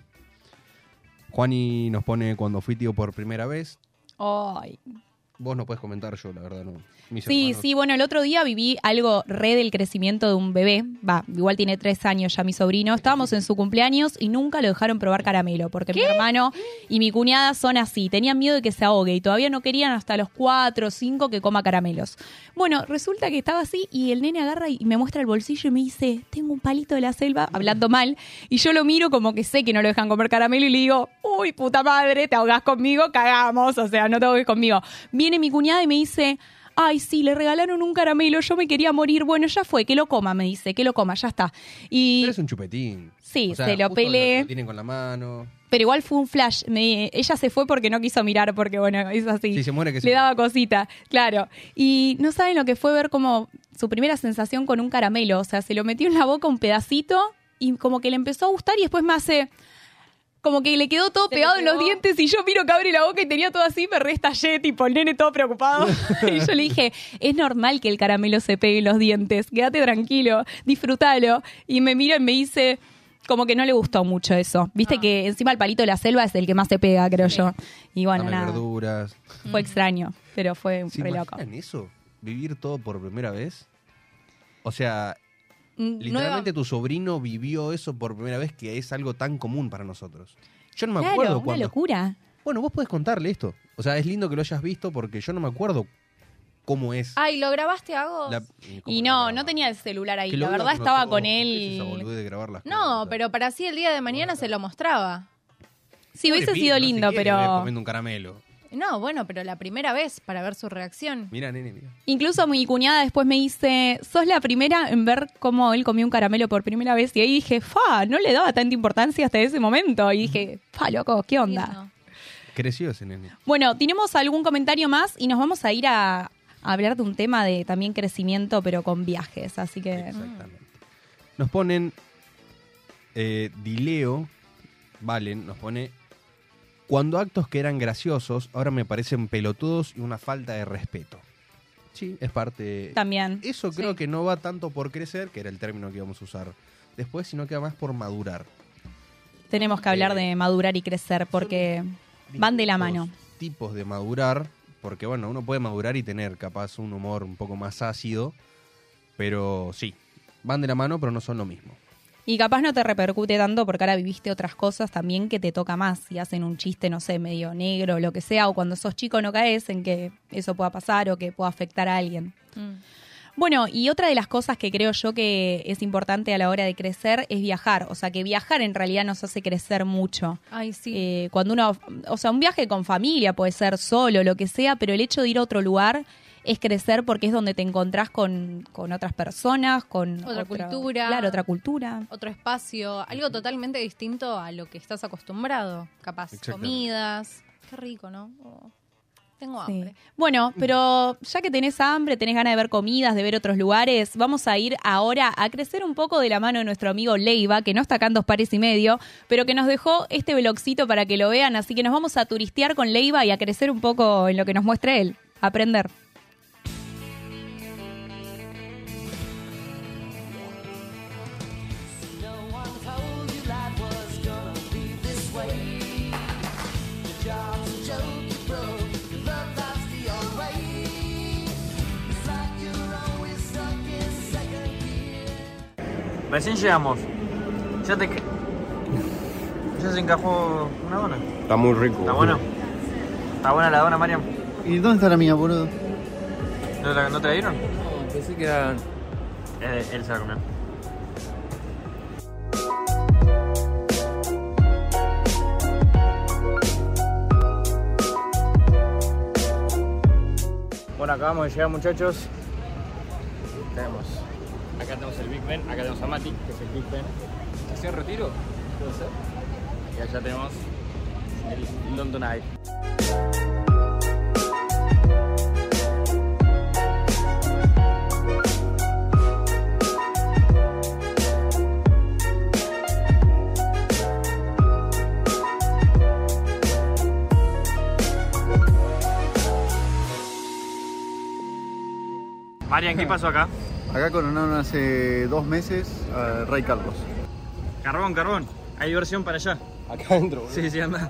Juani nos pone cuando fui tío por primera vez. Ay. Vos no puedes comentar, yo la verdad no. Mis Sí, hermanos- sí, bueno, el otro día viví algo re del crecimiento de un bebé. Va, igual tiene tres años ya mi sobrino. Estábamos en su cumpleaños y nunca lo dejaron probar caramelo, porque mi hermano y mi cuñada son así. Tenían miedo de que se ahogue y todavía no querían hasta los cuatro o cinco que coma caramelos. Bueno, resulta que estaba así y el nene agarra y me muestra el bolsillo y me dice, tengo un palito de la selva, hablando mal. Y yo lo miro como que sé que no lo dejan comer caramelo y le digo, uy, puta madre, te ahogás conmigo, cagamos. O sea, no te ahogues conmigo. Viene mi cuñada y me dice... Ay, sí, le regalaron un caramelo, yo me quería morir. Bueno, ya fue, que lo coma, me dice, que lo coma, ya está. Y Pero es un chupetín. Sí, O sea, se lo justo pelé. Lo tienen con la mano. pero igual fue un flash. Me- ella se fue porque no quiso mirar, porque bueno, es así. Si se muere, que se Le muera. daba cosita, claro. Y no saben lo que fue ver como su primera sensación con un caramelo. O sea, se lo metió en la boca un pedacito y como que le empezó a gustar y después me hace... Como que le quedó todo Se le pegado en los pegó. dientes y yo miro que abre la boca y tenía todo así, me restallé, tipo el nene todo preocupado. Y yo le dije, es normal que el caramelo se pegue en los dientes, quédate tranquilo, disfrútalo. Y me mira y me dice, como que no le gustó mucho eso. Viste Ah. que encima el palito de la selva es el que más se pega, creo Sí. yo. Y bueno, Dame nada, verduras. fue extraño, pero fue ¿Se re loco. imaginan eso? ¿Vivir todo por primera vez? O sea, Mm, literalmente nueva- tu sobrino vivió eso por primera vez, que es algo tan común para nosotros. Yo no me Claro, acuerdo una cuando... locura. Bueno, vos podés contarle esto. O sea, es lindo que lo hayas visto porque yo no me acuerdo cómo es. Ay, ¿lo grabaste a vos? la- ¿cómo Y lo no, grababa? no tenía el celular ahí. Que La lo verdad veo estaba todo. con ¿Qué es esa él. boludez de grabar las No, cosas? pero para así el día de mañana se lo mostraba. Sí, hubiese Pobre sido pibe, no se lindo, quiere ver pero... comiendo un caramelo. No, bueno, pero la primera vez para ver su reacción. Mira, nene, mira. Incluso mi cuñada después me dice, sos la primera en ver cómo él comió un caramelo por primera vez. Y ahí dije, fa, no le daba tanta importancia hasta ese momento. Y dije, fa, loco, ¿qué onda? Lindo. Creció ese nene. Bueno, tenemos algún comentario más y nos vamos a ir a, a hablar de un tema de también crecimiento, pero con viajes. Así que... Exactamente. Nos ponen eh, Dileo, Valen, nos pone cuando actos que eran graciosos ahora me parecen pelotudos y una falta de respeto. Sí, es parte... También. Eso creo Sí. que no va tanto por crecer, que era el término que íbamos a usar después, sino que va más por madurar. Tenemos que hablar Eh, de madurar y crecer porque van de la mano. Distintos tipos de madurar, porque bueno, uno puede madurar y tener capaz un humor un poco más ácido, pero sí, van de la mano, pero no son lo mismo. Y capaz no te repercute tanto porque ahora viviste otras cosas también que te toca más. Si hacen un chiste, no sé, medio negro o lo que sea, o cuando sos chico no caes en que eso pueda pasar o que pueda afectar a alguien. Mm. Bueno, y otra de las cosas que creo yo que es importante a la hora de crecer es viajar. O sea, que viajar en realidad nos hace crecer mucho. Ay, sí. Eh, cuando uno, o sea, un viaje con familia puede ser solo, lo que sea, pero el hecho de ir a otro lugar es crecer porque es donde te encontrás con, con otras personas, con Otra cultura. Claro, otra cultura. Otro espacio, algo totalmente distinto a lo que estás acostumbrado. Capaz, Exactamente. comidas. Qué rico, ¿no? Oh, tengo Sí. hambre. Bueno, pero ya que tenés hambre, tenés ganas de ver comidas, de ver otros lugares, vamos a ir ahora a crecer un poco de la mano de nuestro amigo Leiva, que no está acá en Dos Pares y Medio, pero que nos dejó este vlogcito para que lo vean, así que nos vamos a turistear con Leiva y a crecer un poco en lo que nos muestre él, a aprender. Recién llegamos. Ya te... Ya se encajó una dona. Está muy rico. ¿Está bueno? ¿Está buena la dona, Mariam? ¿Y dónde está la mía, boludo? ¿No, la, ¿no te la dieron? No, pensé que eran... Eh, él se la comió. Bueno, acabamos de llegar, muchachos. Tenemos... Acá tenemos el Big Ben, acá tenemos a Mati, que es el Big Ben. ¿Estación Retiro? ¿Puede ser? Y allá tenemos el London Eye. Marian, ¿qué pasó acá? Acá coronaron hace dos meses a Rey Carlos. Carbón, carbón. Hay diversión para allá. Acá adentro, boludo. Sí, sí, anda.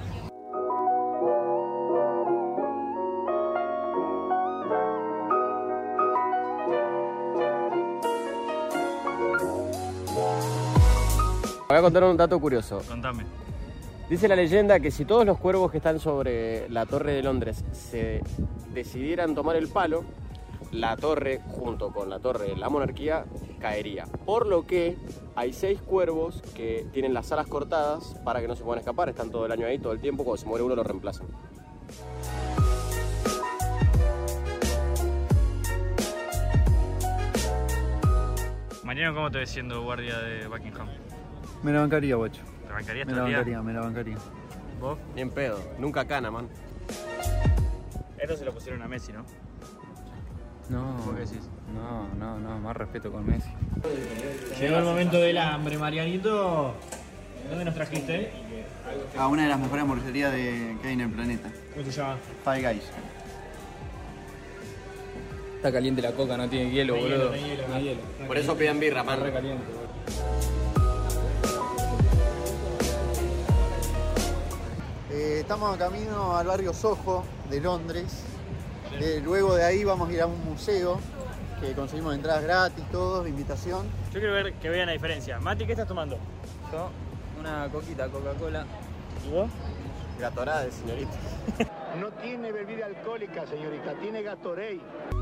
Voy a contar un dato curioso. Contame. Dice la leyenda que si todos los cuervos que están sobre la Torre de Londres se decidieran tomar el palo, la torre, junto con la torre de la monarquía, caería. Por lo que hay seis cuervos que tienen las alas cortadas para que no se puedan escapar. Están todo el año ahí, todo el tiempo. Cuando se muere uno lo reemplazan. Mariano, ¿cómo te ves siendo guardia de Buckingham? Me la bancaría, guacho. ¿Te bancarías Me todo la el día? bancaría, me la bancaría. ¿Vos? Bien pedo. Nunca cana, man. Esto se lo pusieron a Messi, ¿no? No, ¿Vos qué decís? no, no, no, más respeto con Messi. Llegó el momento del hambre, Marianito. ¿Dónde nos trajiste? A una de las mejores hamburgueserías de... que hay en el planeta. ¿Cómo se llama? Five Guys. Está caliente la coca, no tiene hielo, No hay boludo. hielo, no hay hielo. No hay hielo. Por eso pidan birra, man. Está re caliente, boludo. Eh, estamos a camino al barrio Soho de Londres. Eh, luego de ahí vamos a ir a un museo que conseguimos entradas gratis, todos, de invitación. Yo quiero ver que vean la diferencia. Mati, ¿qué estás tomando? Yo, una coquita Coca-Cola. ¿Y vos? Gatorade, señorita. No tiene bebida alcohólica, señorita, tiene Gatorade.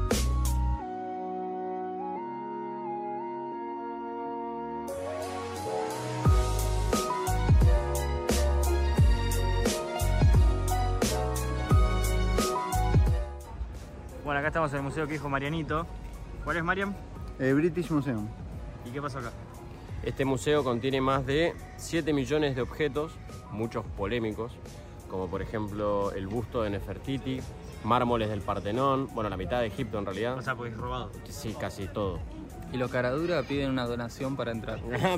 Bueno, acá estamos en el museo que dijo Marianito. ¿Cuál es, Mariam? Eh, British Museum. ¿Y qué pasó acá? Este museo contiene más de siete millones de objetos, muchos polémicos, como por ejemplo el busto de Nefertiti, mármoles del Partenón, bueno, la mitad de Egipto en realidad. O sea, porque es robado. Sí, casi todo. Y los caradura piden una donación para entrar.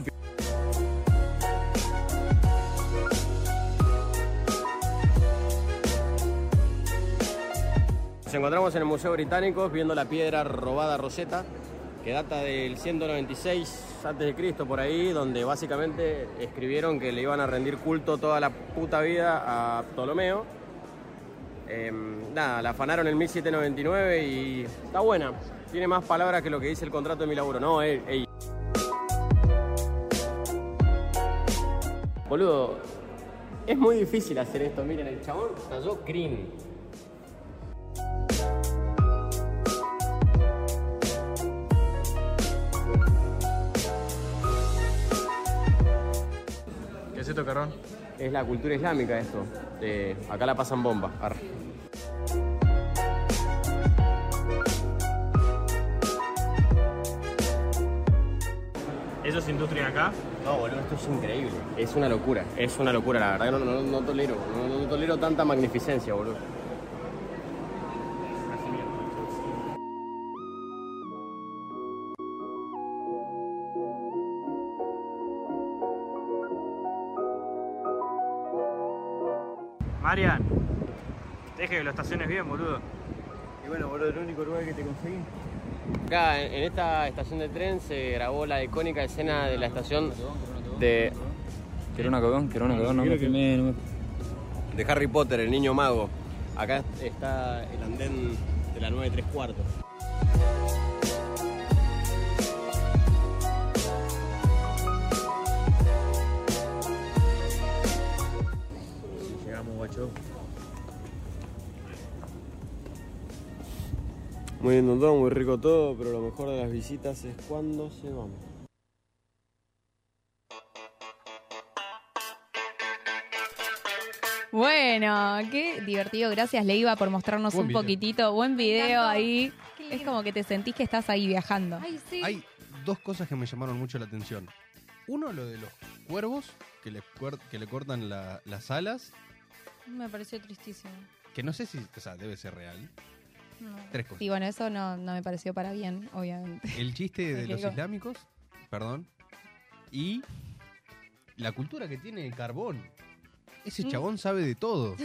Nos encontramos en el Museo Británico viendo la piedra robada Rosetta, que data del ciento noventa y seis antes de Cristo por ahí, donde básicamente escribieron que le iban a rendir culto toda la puta vida a Ptolomeo. Eh, nada, la afanaron en mil setecientos noventa y nueve y está buena. Tiene más palabras que lo que dice el contrato de mi laburo. No, ey, ey. Boludo, es muy difícil hacer esto. Miren, el chabón talló crin. ¿Qué es esto, Carrón? Es la cultura islámica esto. Eh, acá la pasan bomba. Arre. esa industria acá? No, boludo, esto es increíble. Es una locura, es una locura, la verdad que no, no, no tolero, no, no tolero tanta magnificencia, boludo. Marian, deje que lo estaciones bien, boludo. Y bueno, boludo, el único lugar que te conseguí. Acá, en, en esta estación de tren se grabó la icónica escena de la estación de... Quiero una cagón, quiero una cagón, no me filmé, no me... de Harry Potter, el niño mago. Acá está el andén de la nueve tres cuartos. Llegamos, guacho. Muy lindo todo, muy rico todo, pero lo mejor de las visitas es cuando se van. Bueno, qué divertido. Gracias, Leiva, por mostrarnos Buen un video. poquitito. Buen video encantó. ahí. Qué Es lindo. como que te sentís que estás ahí viajando. Ay, sí. Hay dos cosas que me llamaron mucho la atención. Uno, lo de los cuervos, que le, cuer- que le cortan la- las alas, Me pareció tristísimo. que no sé si, o sea, debe ser real. No. Tres cosas. Sí, bueno, eso no, no me pareció para bien, obviamente. El chiste de Ok, los go. islámicos, perdón, y la cultura que tiene el carbón. Ese Mm. chabón sabe de todo.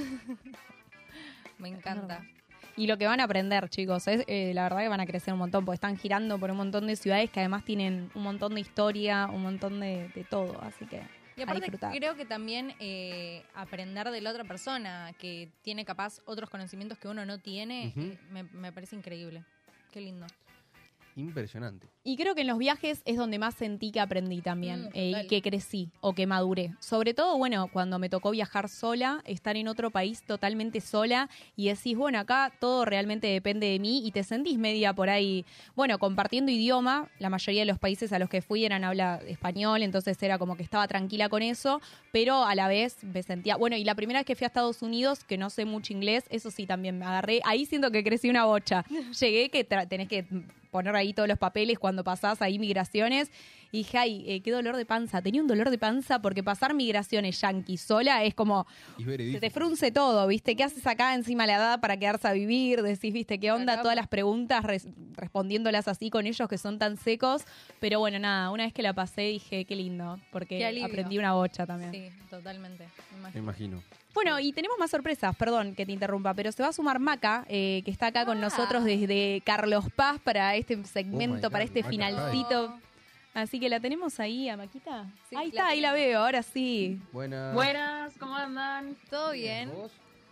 Me encanta. Y lo que van a aprender, chicos, es eh, la verdad que van a crecer un montón, porque están girando por un montón de ciudades que además tienen un montón de historia, un montón de, de todo, así que Y a aparte disfrutar. creo que también eh, aprender de la otra persona que tiene capaz otros conocimientos que uno no tiene, Ujú. eh, me, me parece increíble. Qué lindo. Impresionante. Y creo que en los viajes es donde más sentí que aprendí también, Mm, eh, total. y que crecí o que maduré. Sobre todo, bueno, cuando me tocó viajar sola, estar en otro país totalmente sola y decís, bueno, acá todo realmente depende de mí y te sentís media por ahí, bueno, compartiendo idioma. La mayoría de los países a los que fui eran habla español, entonces era como que estaba tranquila con eso, pero a la vez me sentía, bueno, y la primera vez que fui a Estados Unidos, que no sé mucho inglés, eso sí también me agarré, ahí siento que crecí una bocha. Llegué que tra- tenés que poner ahí todos los papeles cuando pasás ahí migraciones. Y dije, ay, eh, qué dolor de panza. Tenía un dolor de panza porque pasar migraciones yanqui sola es como, Y se veredicto. te frunce todo, ¿viste? ¿Qué haces acá encima de la edad para quedarse a vivir? Decís, ¿viste? ¿Qué onda? Acá- Todas las preguntas res- respondiéndolas así con ellos que son tan secos. Pero bueno, nada, una vez que la pasé dije, qué lindo, porque Qué alivio. aprendí una bocha también. Sí, totalmente. Me Me imagino. imagino. Bueno, y tenemos más sorpresas, perdón que te interrumpa, pero se va a sumar Maca, eh, que está acá con Ah. nosotros desde Carlos Paz para este Oh segmento, my para God, este Maca, finalcito. Así que la tenemos ahí a Maquita. Sí, ahí la está, ahí la tenemos. veo, ahora sí. Buenas. Buenas, ¿cómo andan? ¿Todo bien? ¿Vos?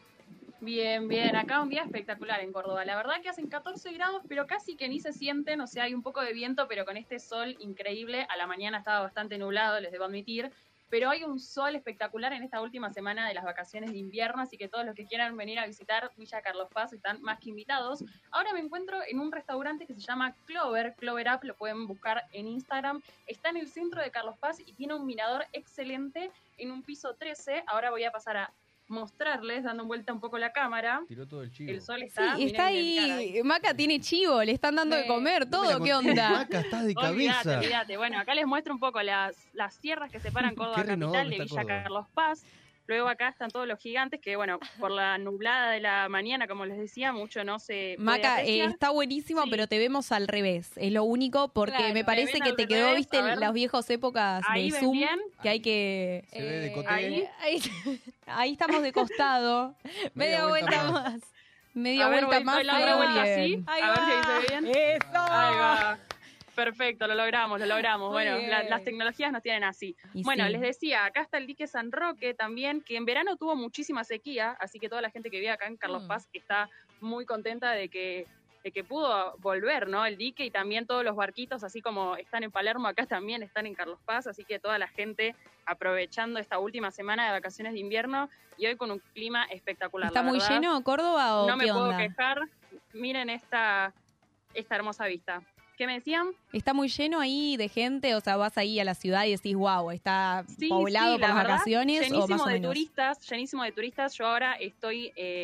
Bien, bien. Acá un día espectacular en Córdoba. La verdad que hacen catorce grados, pero casi que ni se sienten. O sea, hay un poco de viento, pero con este sol increíble. A la mañana estaba bastante nublado, les debo admitir. Pero hay un sol espectacular en esta última semana de las vacaciones de invierno, así que todos los que quieran venir a visitar Villa Carlos Paz están más que invitados. Ahora me encuentro en un restaurante que se llama Clover, Clover Up, lo pueden buscar en Instagram. Está en el centro de Carlos Paz y tiene un mirador excelente en un piso trece. Ahora voy a pasar a mostrarles, dando vuelta un poco la cámara. Tiró todo el chivo. El sol Sí, está, está miren mi cara ahí. Maca tiene chivo, le están dando de Me- comer, No me la todo. ¿Qué contés, onda? Maca, estás de Olvídate, cabeza. olvídate. Bueno, acá les muestro un poco las, las sierras que separan Córdoba Qué renovado capital de que Villa está Córdoba. Carlos Paz. Luego acá están todos los gigantes que, bueno, por la nublada de la mañana, como les decía, mucho no se puede Maca, eh, apreciar. está buenísimo, Sí. pero te vemos al revés. Es lo único, porque Claro, me me parece ven que al te quedó, revés, viste, a ver. las viejas épocas Ahí de ven Zoom, bien. que hay que... Se ve de Eh, coté. ahí. Ahí, Ahí estamos de costado. Media Media vuelta vuelta más. Media A ver, vuelta voy- más. doy la pero otra vuelta bien. así. Ahí A ver si ahí va. se ve bien. ¡Eso! Ahí va. Perfecto, lo logramos, lo logramos. Muy bueno, bien. la- las tecnologías nos tienen así. Y Bueno, sí. les decía, acá está el dique San Roque también, que en verano tuvo muchísima sequía, así que toda la gente que vive acá en Carlos Mm. Paz está muy contenta de que, de que pudo volver, ¿no? El dique y también todos los barquitos, así como están en Palermo, acá también están en Carlos Paz, así que toda la gente aprovechando esta última semana de vacaciones de invierno y hoy con un clima espectacular. ¿Está la muy verdad. lleno Córdoba o No me qué puedo onda? quejar. Miren esta, esta hermosa vista. ¿Qué me decían? ¿Está muy lleno ahí de gente? O sea, vas ahí a la ciudad y decís, wow, está poblado sí, por la las verdad, vacaciones o llenísimo más o de menos. turistas, llenísimo de turistas. Yo ahora estoy eh,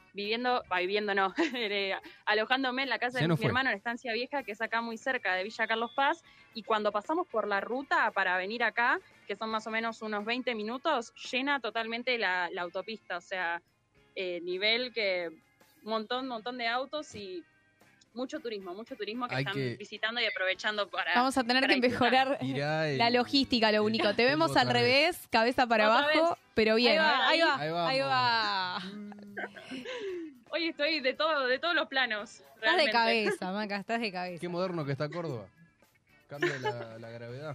viviendo, va viviendo no, eh, alojándome en la casa Ya de no mi fue. hermano en Estancia Vieja, que es acá muy cerca de Villa Carlos Paz, y cuando pasamos por la ruta para venir acá, que son más o menos unos veinte minutos, llena totalmente la, la autopista, o sea, eh, nivel que un montón, montón de autos y mucho turismo, mucho turismo que Hay están que- visitando y aprovechando para... Vamos a tener para que disfrutar. mejorar Mirá el- la logística, lo único. Te vemos Otra al vez. revés, cabeza para Otra abajo, vez. pero bien. Ahí va, ahí va, Ahí vamos. ahí va. Hoy estoy de todo, de todos los planos. Estás de realmente. cabeza, Maca, estás de cabeza. Qué moderno que está Córdoba. Cambia la, la gravedad.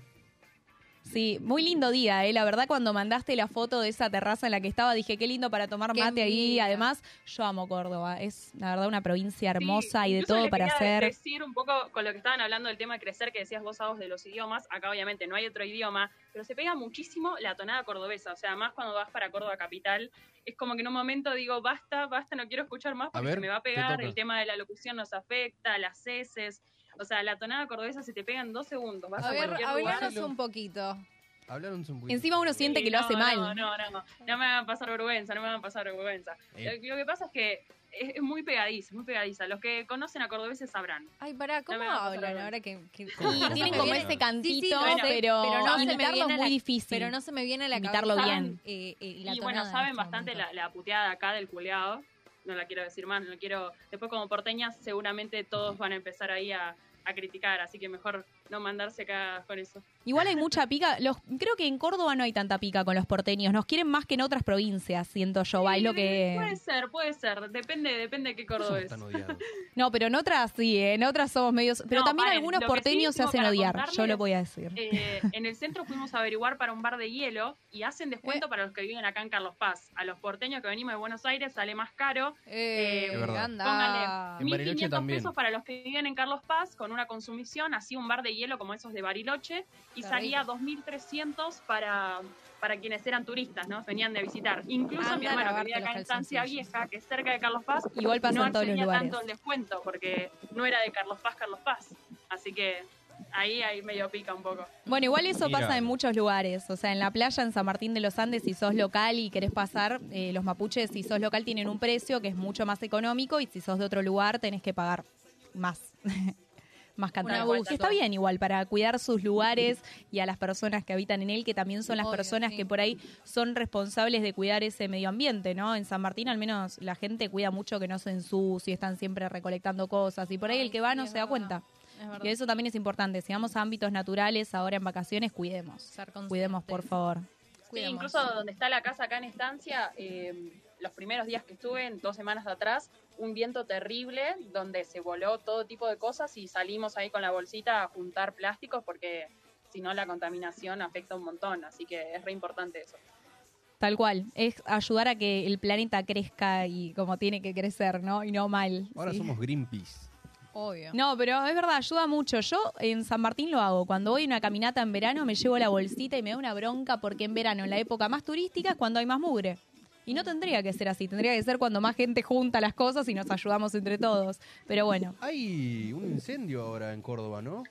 Sí, muy lindo día, ¿eh? La verdad, cuando mandaste la foto de esa terraza en la que estaba, dije, qué lindo para tomar Qué mate ahí. envidia. Además, yo amo Córdoba. Es, la verdad, una provincia hermosa Sí, y de incluso todo les para quería hacer. decir un poco con lo que estaban hablando del tema de crecer, que decías vos, Agos, de los idiomas. Acá obviamente no hay otro idioma, pero se pega muchísimo la tonada cordobesa. O sea, más cuando vas para Córdoba capital, es como que en un momento digo, basta, basta, no quiero escuchar más porque ver, se me va a te pegar, toca. el tema de la locución nos afecta, las heces. O sea, la tonada cordobesa se te pega en dos segundos. Vas a, A ver, cualquier lugar. hablanos un poquito. Hablaron un poquito. Encima uno siente Sí, que lo no, hace no, mal. No, no, no, no me hagan pasar vergüenza, no me hagan pasar vergüenza. Eh. Lo, lo que pasa es que es, es muy pegadiza, muy pegadiza. Los que conocen a cordobeses sabrán. Ay, pará, ¿cómo No me va a pasar hablan vergüenza. ahora que...? que ¿Cómo? Y No se tienen me como viene- ese cantito, Sí, sí, bueno, pero, pero no se me imitarlo viene es a muy la- difícil. Pero no se me viene a la Imitarlo cabeza, bien. eh, eh, la Y bueno, tonada en saben este bastante momento. la, la puteada acá del culeado. No la quiero decir más, no quiero. Después, como porteñas, seguramente todos van a empezar ahí a, a criticar. Así que mejor no mandarse acá con eso. Igual hay mucha pica. Los, creo que en Córdoba no hay tanta pica con los porteños. Nos quieren más que en otras provincias, siento yo. Va, es lo Puede que... ser, puede ser. Depende, depende de qué ¿Por qué cordobés. somos tan odiados? No, pero en otras sí, ¿eh? En otras somos medios... Pero No, también paren, algunos lo que sí porteños se tengo hacen para odiar, contarles, yo lo voy a decir. Eh, en el centro fuimos a averiguar para un bar de hielo y hacen descuento para los que viven acá en Carlos Paz. A los porteños que venimos de Buenos Aires sale más caro. Eh, Es verdad. anda. Póngale En mil Bariloche quinientos también. pesos para los que viven en Carlos Paz con una consumición, así un bar de hielo como esos de Bariloche, y Qué salía rico. dos mil trescientos para, para quienes eran turistas, ¿no? Venían de visitar. Incluso Anda mi a hermano que lavarte vive acá los en Estancia calzoncillos. Vieja, que es cerca de Carlos Paz, Igual pasa no en todos los accedía lugares. tanto el descuento porque no era de Carlos Paz, Carlos Paz. Así que ahí, ahí medio pica un poco. Bueno, igual eso Mira. pasa en muchos lugares. O sea, en la playa, en San Martín de los Andes, si sos local y querés pasar, eh, los mapuches, si sos local, tienen un precio que es mucho más económico y si sos de otro lugar, tenés que pagar más. Más cantidad. abuso. Que está bien igual para cuidar sus lugares y a las personas que habitan en él, que también son las Obvio, personas sí. que por ahí son responsables de cuidar ese medio ambiente, ¿no? En San Martín al menos la gente cuida mucho que no se ensucie, están siempre recolectando cosas y por ahí Ay, el que va sí, no es se da verdad. cuenta. Es verdad. Y eso también es importante. Si vamos a ámbitos naturales ahora en vacaciones, cuidemos. Ser conscientes. Cuidemos, por favor. Sí, Cuidemos. incluso donde está la casa acá en Estancia, eh, los primeros días que estuve, en dos semanas de atrás, un viento terrible donde se voló todo tipo de cosas y salimos ahí con la bolsita a juntar plásticos porque si no la contaminación afecta un montón, así que es re importante eso. Tal cual. Es ayudar a que el planeta crezca y como tiene que crecer, ¿no? Y no mal. Ahora sí. somos Greenpeace. Obvio. No, pero es verdad, ayuda mucho. Yo en San Martín lo hago. Cuando voy a una caminata en verano me llevo la bolsita y me da una bronca porque en verano, en la época más turística, es cuando hay más mugre. Y no tendría que ser así. Tendría que ser cuando más gente junta las cosas y nos ayudamos entre todos. Pero bueno. Hay un incendio ahora en Córdoba, ¿no?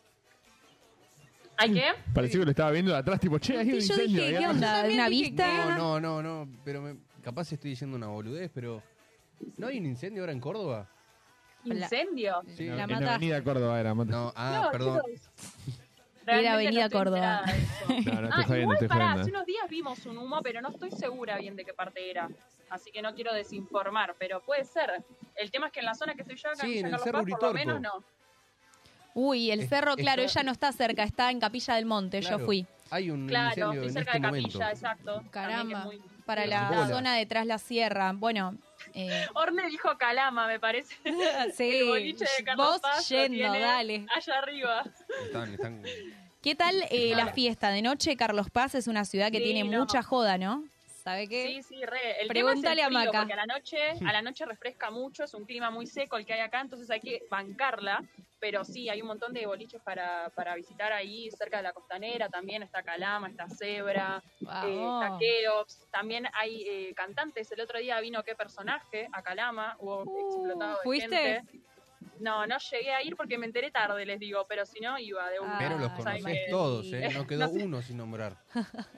¿Hay qué? Pareció que lo estaba viendo de atrás, tipo, che, hay un Y yo incendio. dije, ahí ¿qué atrás. onda? ¿Una dije, vista? No, no, no, no. Pero me- capaz estoy diciendo una boludez, pero... ¿No hay un incendio ahora en Córdoba? ¿Incendio? Sí. La En mataste. Avenida Córdoba era. mata- No, ah, No, perdón. chicos, Era realmente Avenida no estoy Córdoba. enterada de eso. No, no, Ah, estoy jodiendo, igual, estoy pará, jodiendo. hace unos días vimos un humo, pero no estoy segura bien de qué parte era. Así que no quiero desinformar, pero puede ser. El tema es que en la zona que estoy yo, acá Sí, en en Villa el Carlos Cerro Paz, por lo Uritorco. menos no. Uy, el Es- cerro, claro, está- ella no está cerca, está en Capilla del Monte. Claro, Yo fui. Hay un Claro, incendio estoy en cerca este de momento. Capilla, exacto. Caramba. También que es muy- Para Las la bolas. zona de Tras la Sierra. Bueno, eh, Orne dijo Calama, me parece. Sí, El boliche de Carlos vos Paz lo yendo, tiene dale. allá arriba. Están, están... ¿qué tal eh, la fiesta de noche? Carlos Paz es una ciudad que Sí, tiene no. mucha joda, ¿no? ¿Sabe qué? Sí, sí, re. El Pregúntale tema es el a frío, Maca. porque a la noche, a la noche refresca mucho, es un clima muy seco el que hay acá, entonces hay que bancarla. Pero sí, hay un montón de boliches para, para visitar ahí, cerca de la costanera, también está Calama, está Zebra, eh, Vamos. está Keops, también hay eh, cantantes. El otro día vino Qué Personaje a Calama, hubo explotado de ¿fuiste? gente. No, no llegué a ir porque me enteré tarde, les digo, pero si no, iba de un... Ah, Pero los Ay, conocés ¿sabes qué? todos, ¿eh? No quedó No sé. uno sin nombrar.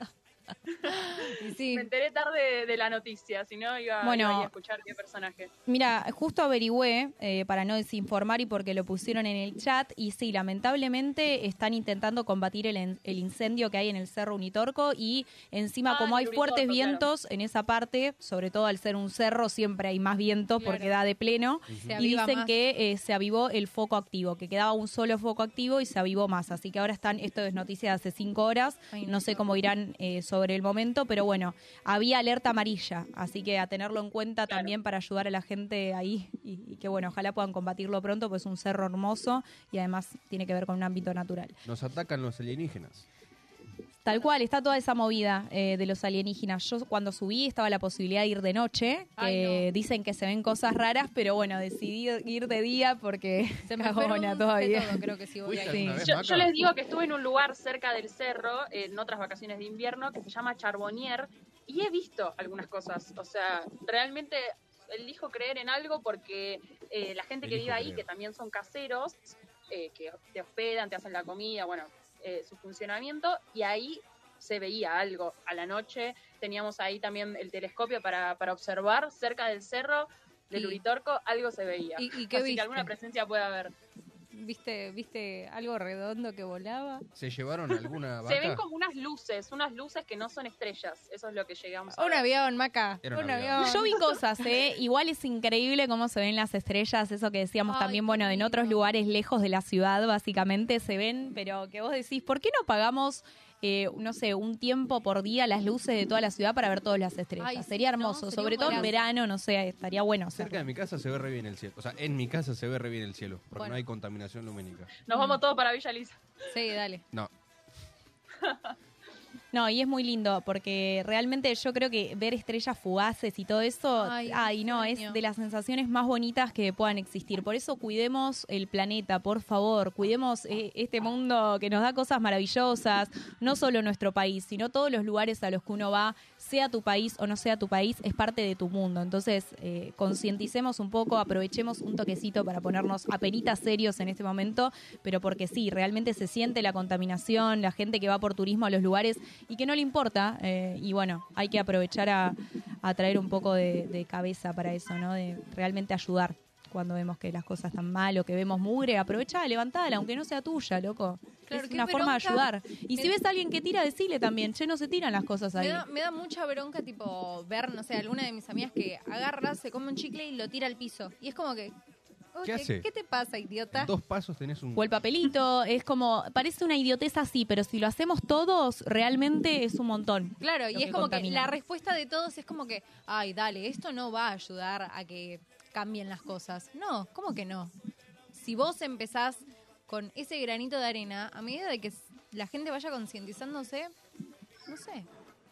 Y sí. Me enteré tarde de, de la noticia, si no iba, Bueno. iba a ir a escuchar qué personaje. Mira, justo averigüé, eh, para no desinformar y porque lo pusieron en el chat, y sí, lamentablemente están intentando combatir el, en- el incendio que hay en el Cerro Unitorco, y encima Ah, como hay el fuertes Uritorco, vientos en esa parte, sobre todo al ser un cerro siempre hay más viento Claro. porque da de pleno, Se y aviva dicen más. que eh, se avivó el foco activo, que quedaba un solo foco activo y se avivó más, así que ahora están, esto es noticia de hace cinco horas, Ay, no sé no. cómo irán eh, sobre el momento, pero bueno, había alerta amarilla, así que a tenerlo en cuenta Claro. también para ayudar a la gente ahí y, y que bueno, ojalá puedan combatirlo pronto, pues es un cerro hermoso y además tiene que ver con un ámbito natural. Nos atacan los alienígenas. Tal cual, está toda esa movida eh, de los alienígenas. Yo cuando subí estaba la posibilidad de ir de noche, que Ay, no. dicen que se ven cosas raras, pero bueno, decidí ir de día porque Se me cagona fueron todavía. de todo, creo que sí voy ¿Fuiste ahí. alguna vez, Yo, Maca? yo les digo que estuve en un lugar cerca del cerro, en otras vacaciones de invierno, que se llama Charbonnier, y he visto algunas cosas. O sea, realmente elijo creer en algo porque eh, la gente que Elijo vive ahí, creer. que también son caseros, eh, que te hospedan, te hacen la comida, bueno, eh, su funcionamiento, y ahí se veía algo a la noche. Teníamos ahí también el telescopio para, para observar cerca del cerro del Y- Uritorco, algo se veía. ¿Y- y qué Así viste? que alguna presencia puede haber. ¿Viste, ¿Viste algo redondo que volaba? ¿Se llevaron alguna vaca? Se ven como unas luces, unas luces que no son estrellas. Eso es lo que llegamos a Un ver. avión, Maca. Era un Un avión. avión. Yo vi cosas, ¿eh? Igual es increíble cómo se ven las estrellas, eso que decíamos Ay, también, qué bueno, en lindo. otros lugares lejos de la ciudad, básicamente se ven, pero que vos decís, ¿por qué no pagamos, eh, no sé, un tiempo por día las luces de toda la ciudad para ver todas las estrellas? Ay, Sería sí, hermoso, ¿no? Sería sobre un todo en golazo. verano, no sé, estaría bueno hacerlo. Cerca de mi casa se ve re bien el cielo. O sea, en mi casa se ve re bien el cielo, porque Bueno. no hay contaminación lumínica. Nos vamos todos para Villa Lisa. Sí, dale. No. No, y es muy lindo porque realmente yo creo que ver estrellas fugaces y todo eso, Ay, ay, no, sueño. es de las sensaciones más bonitas que puedan existir. Por eso cuidemos el planeta, por favor, cuidemos eh, este mundo que nos da cosas maravillosas, no solo nuestro país, sino todos los lugares a los que uno va, sea tu país o no sea tu país, es parte de tu mundo. Entonces, eh, concienticemos un poco, aprovechemos un toquecito para ponernos apenitas serios en este momento, pero porque sí, realmente se siente la contaminación, la gente que va por turismo a los lugares y que no le importa, eh, y bueno, hay que aprovechar a, a traer un poco de, de cabeza para eso, ¿no? De realmente ayudar cuando vemos que las cosas están mal o que vemos mugre, aprovecha, levantala, aunque no sea tuya, loco. Claro, es qué una forma de bronca. ayudar. Y Me- si ves a alguien que tira, decile también, che, no se tiran las cosas ahí. Me da, me da mucha bronca, tipo, ver, no sé, alguna de mis amigas que agarra, se come un chicle y lo tira al piso. Y es como que... ¿Qué oye, hace? ¿Qué te pasa, idiota? En dos pasos tenés un... O el papelito, es como, parece una idiotez así, pero si lo hacemos todos, realmente es un montón. Claro, lo y que es como contamina. que la respuesta de todos es como que, ay, dale, esto no va a ayudar a que cambien las cosas. No, ¿cómo que no? Si vos empezás con ese granito de arena, a medida de que s- la gente vaya concientizándose, no sé,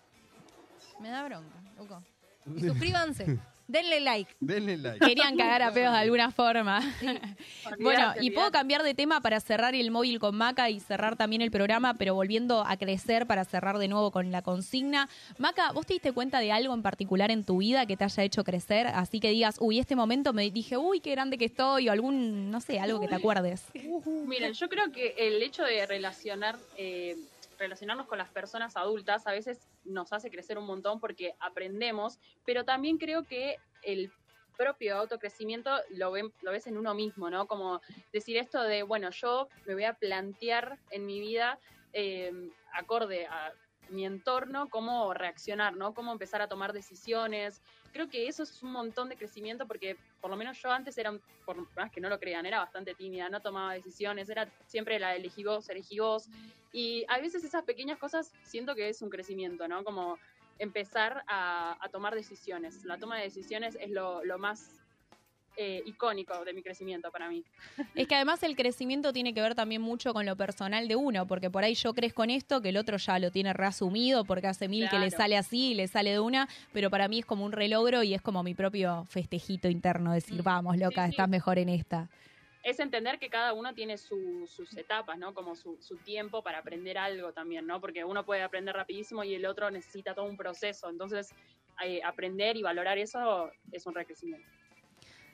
me da bronca, loco. Y suscríbanse, denle like. Denle like. Querían cagar a pedos de alguna forma. Bueno, Olvidate, y puedo olvidate. cambiar de tema para cerrar el móvil con Maca y cerrar también el programa, pero volviendo a crecer para cerrar de nuevo con la consigna. Maca, ¿vos te diste cuenta de algo en particular en tu vida que te haya hecho crecer? Así que digas, uy, este momento me dije, uy, qué grande que estoy, o algún, no sé, algo que te acuerdes. Miren, yo creo que el hecho de relacionar, eh, relacionarnos con las personas adultas a veces nos hace crecer un montón porque aprendemos, pero también creo que el propio autocrecimiento lo, ven, lo ves en uno mismo, ¿no? Como decir esto de, bueno, yo me voy a plantear en mi vida eh, acorde a mi entorno, cómo reaccionar, ¿no? Cómo empezar a tomar decisiones. Creo que eso es un montón de crecimiento porque por lo menos yo antes era, por más que no lo crean, era bastante tímida, no tomaba decisiones, era siempre la elegí vos, elegí vos. Y a veces esas pequeñas cosas siento que es un crecimiento, ¿no? Como empezar a, a tomar decisiones. La toma de decisiones es lo, lo más eh, icónico de mi crecimiento para mí. Es que además el crecimiento tiene que ver también mucho con lo personal de uno, porque por ahí yo crezco en esto, que el otro ya lo tiene reasumido, porque hace mil que le Claro. sale así y le sale de una, pero para mí es como un relogro y es como mi propio festejito interno, decir, vamos, loca, Sí, sí. estás mejor en esta. Es entender que cada uno tiene su- sus etapas, ¿no? Como su, su tiempo para aprender algo también, ¿no? Porque uno puede aprender rapidísimo y el otro necesita todo un proceso. Entonces, eh, aprender y valorar eso es un re crecimiento.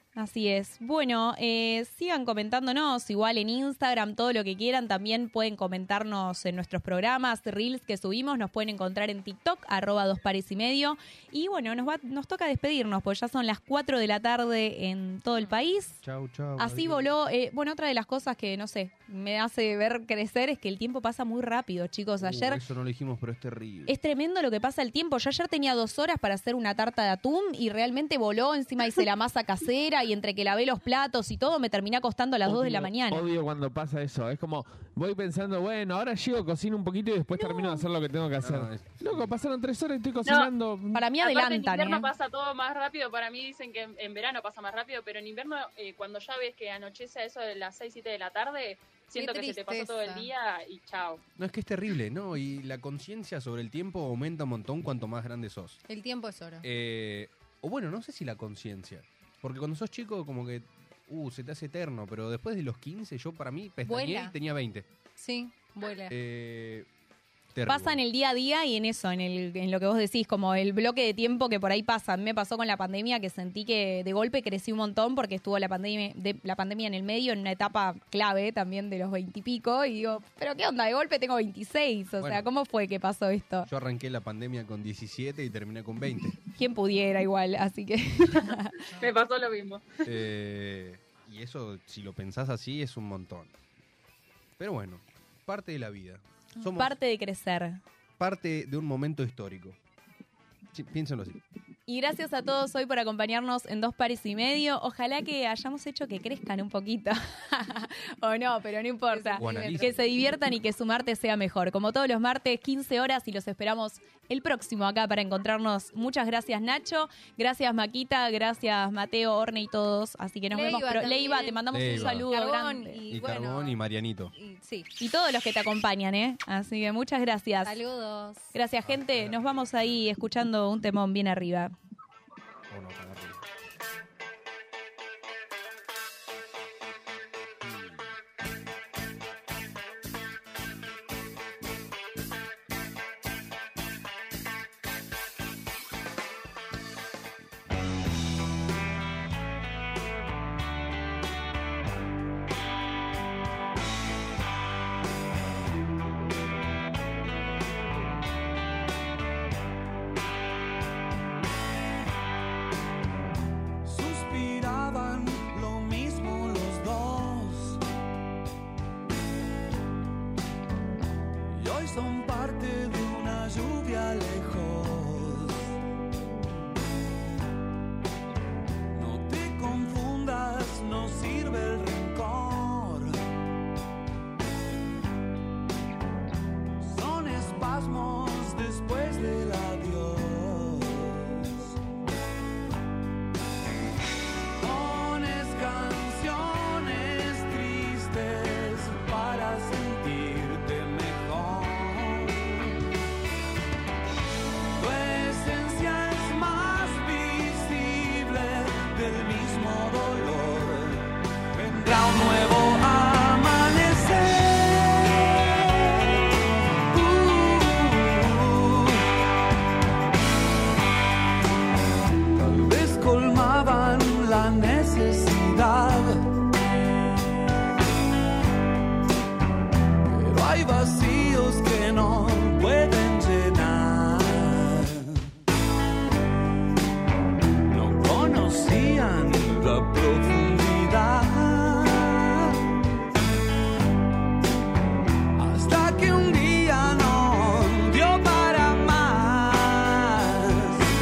Así es. Bueno, eh, sigan comentándonos, igual en Instagram, todo lo que quieran. También pueden comentarnos en nuestros programas, reels que subimos. Nos pueden encontrar en TikTok, arroba dos pares y medio. Y bueno, nos va, nos toca despedirnos, porque ya son las cuatro de la tarde en todo el país. Chau, chau. Así adiós. voló. Eh, bueno, otra de las cosas que, no sé, me hace ver crecer es que el tiempo pasa muy rápido, chicos. Uh, Ayer... eso no lo dijimos, pero es terrible. Es tremendo lo que pasa el tiempo. Yo ayer tenía dos horas para hacer una tarta de atún y realmente voló. Encima hice la masa casera y entre que lavé los platos y todo me terminé acostando a las dos de la mañana. Odio cuando pasa eso. Es como, voy pensando, bueno, ahora llego, cocino un poquito y después No. termino de hacer lo que tengo que hacer. No, es- Loco, pasaron tres horas y estoy cocinando. Para mí Aparte, adelantan, en invierno ¿eh? pasa todo más rápido. Para mí dicen que en, en verano pasa más rápido, pero en invierno, eh, cuando ya ves que anochece a eso de las seis, siete de la tarde, siento que se te pasó todo el tristeza. día y chao. No, es que es terrible, ¿no? Y la conciencia sobre el tiempo aumenta un montón cuanto más grande sos. El tiempo es oro. Eh, o bueno, no sé si la conciencia. Porque cuando sos chico, como que, uh, se te hace eterno. Pero después de los quince, yo para mí pestañeé Vuela. y tenía veinte. Sí, vuela. Eh, terrible. Pasa en el día a día y en eso, en, el, en lo que vos decís, como el bloque de tiempo que por ahí pasa. A mí me pasó con la pandemia que sentí que de golpe crecí un montón porque estuvo la pandemia, de, la pandemia en el medio, en una etapa clave también de los veintipico. Y, y digo, ¿pero qué onda? De golpe tengo veintiséis. O Bueno. sea, ¿cómo fue que pasó esto? Yo arranqué la pandemia con diecisiete y terminé con veinte. ¿Quién pudiera igual? Así que... Me pasó lo mismo. Eh, y eso, si lo pensás así, es un montón. Pero bueno, parte de la vida. Somos Parte de crecer. parte de un momento histórico. Sí, piénsenlo así. Y gracias a todos hoy por acompañarnos en Dos Pares y Medio. Ojalá que hayamos hecho que crezcan un poquito. O no, pero no importa. O analicen. Que se diviertan y que su martes sea mejor. Como todos los martes, quince horas y los esperamos el próximo acá para encontrarnos. Muchas gracias, Nacho. Gracias, Maquita. Gracias, Mateo, Orne y todos. Así que nos Leiva vemos. Pro- también. Leiva, te mandamos Leiva. un saludo Carbón grande. y, Y bueno, Carbón y Marianito. y- sí. Y todos los que te acompañan, ¿eh? Así que muchas gracias. Saludos. Gracias, gente. Nos vamos ahí escuchando un temón bien arriba. Oh, no, tan arriba. Suspiraban lo mismo los dos y hoy son parte de una lluvia lejos. No te confundas, no sirve el rencor. Son espasmos después del adiós. Pones canciones tristes para sentirte mejor. Tu esencia es más visible del mismo dolor. Vendrá un nuevo amanecer. Uh, tal vez colmaban la necesidad, pero hay vacíos que no pueden llenar. No conocían la profundidad hasta que un día no dio para más.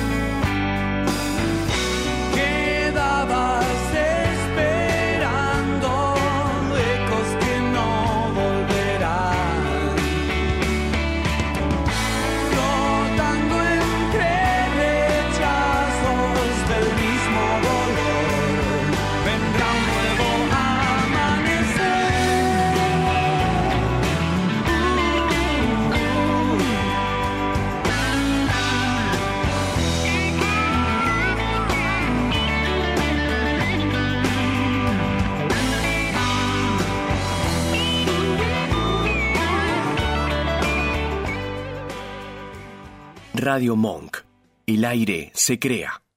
Quedabas esperando ecos que no volverán, flotando entre rechazos del mismo dolor. Vendrá un nuevo amanecer. Radio Monk. El aire se crea.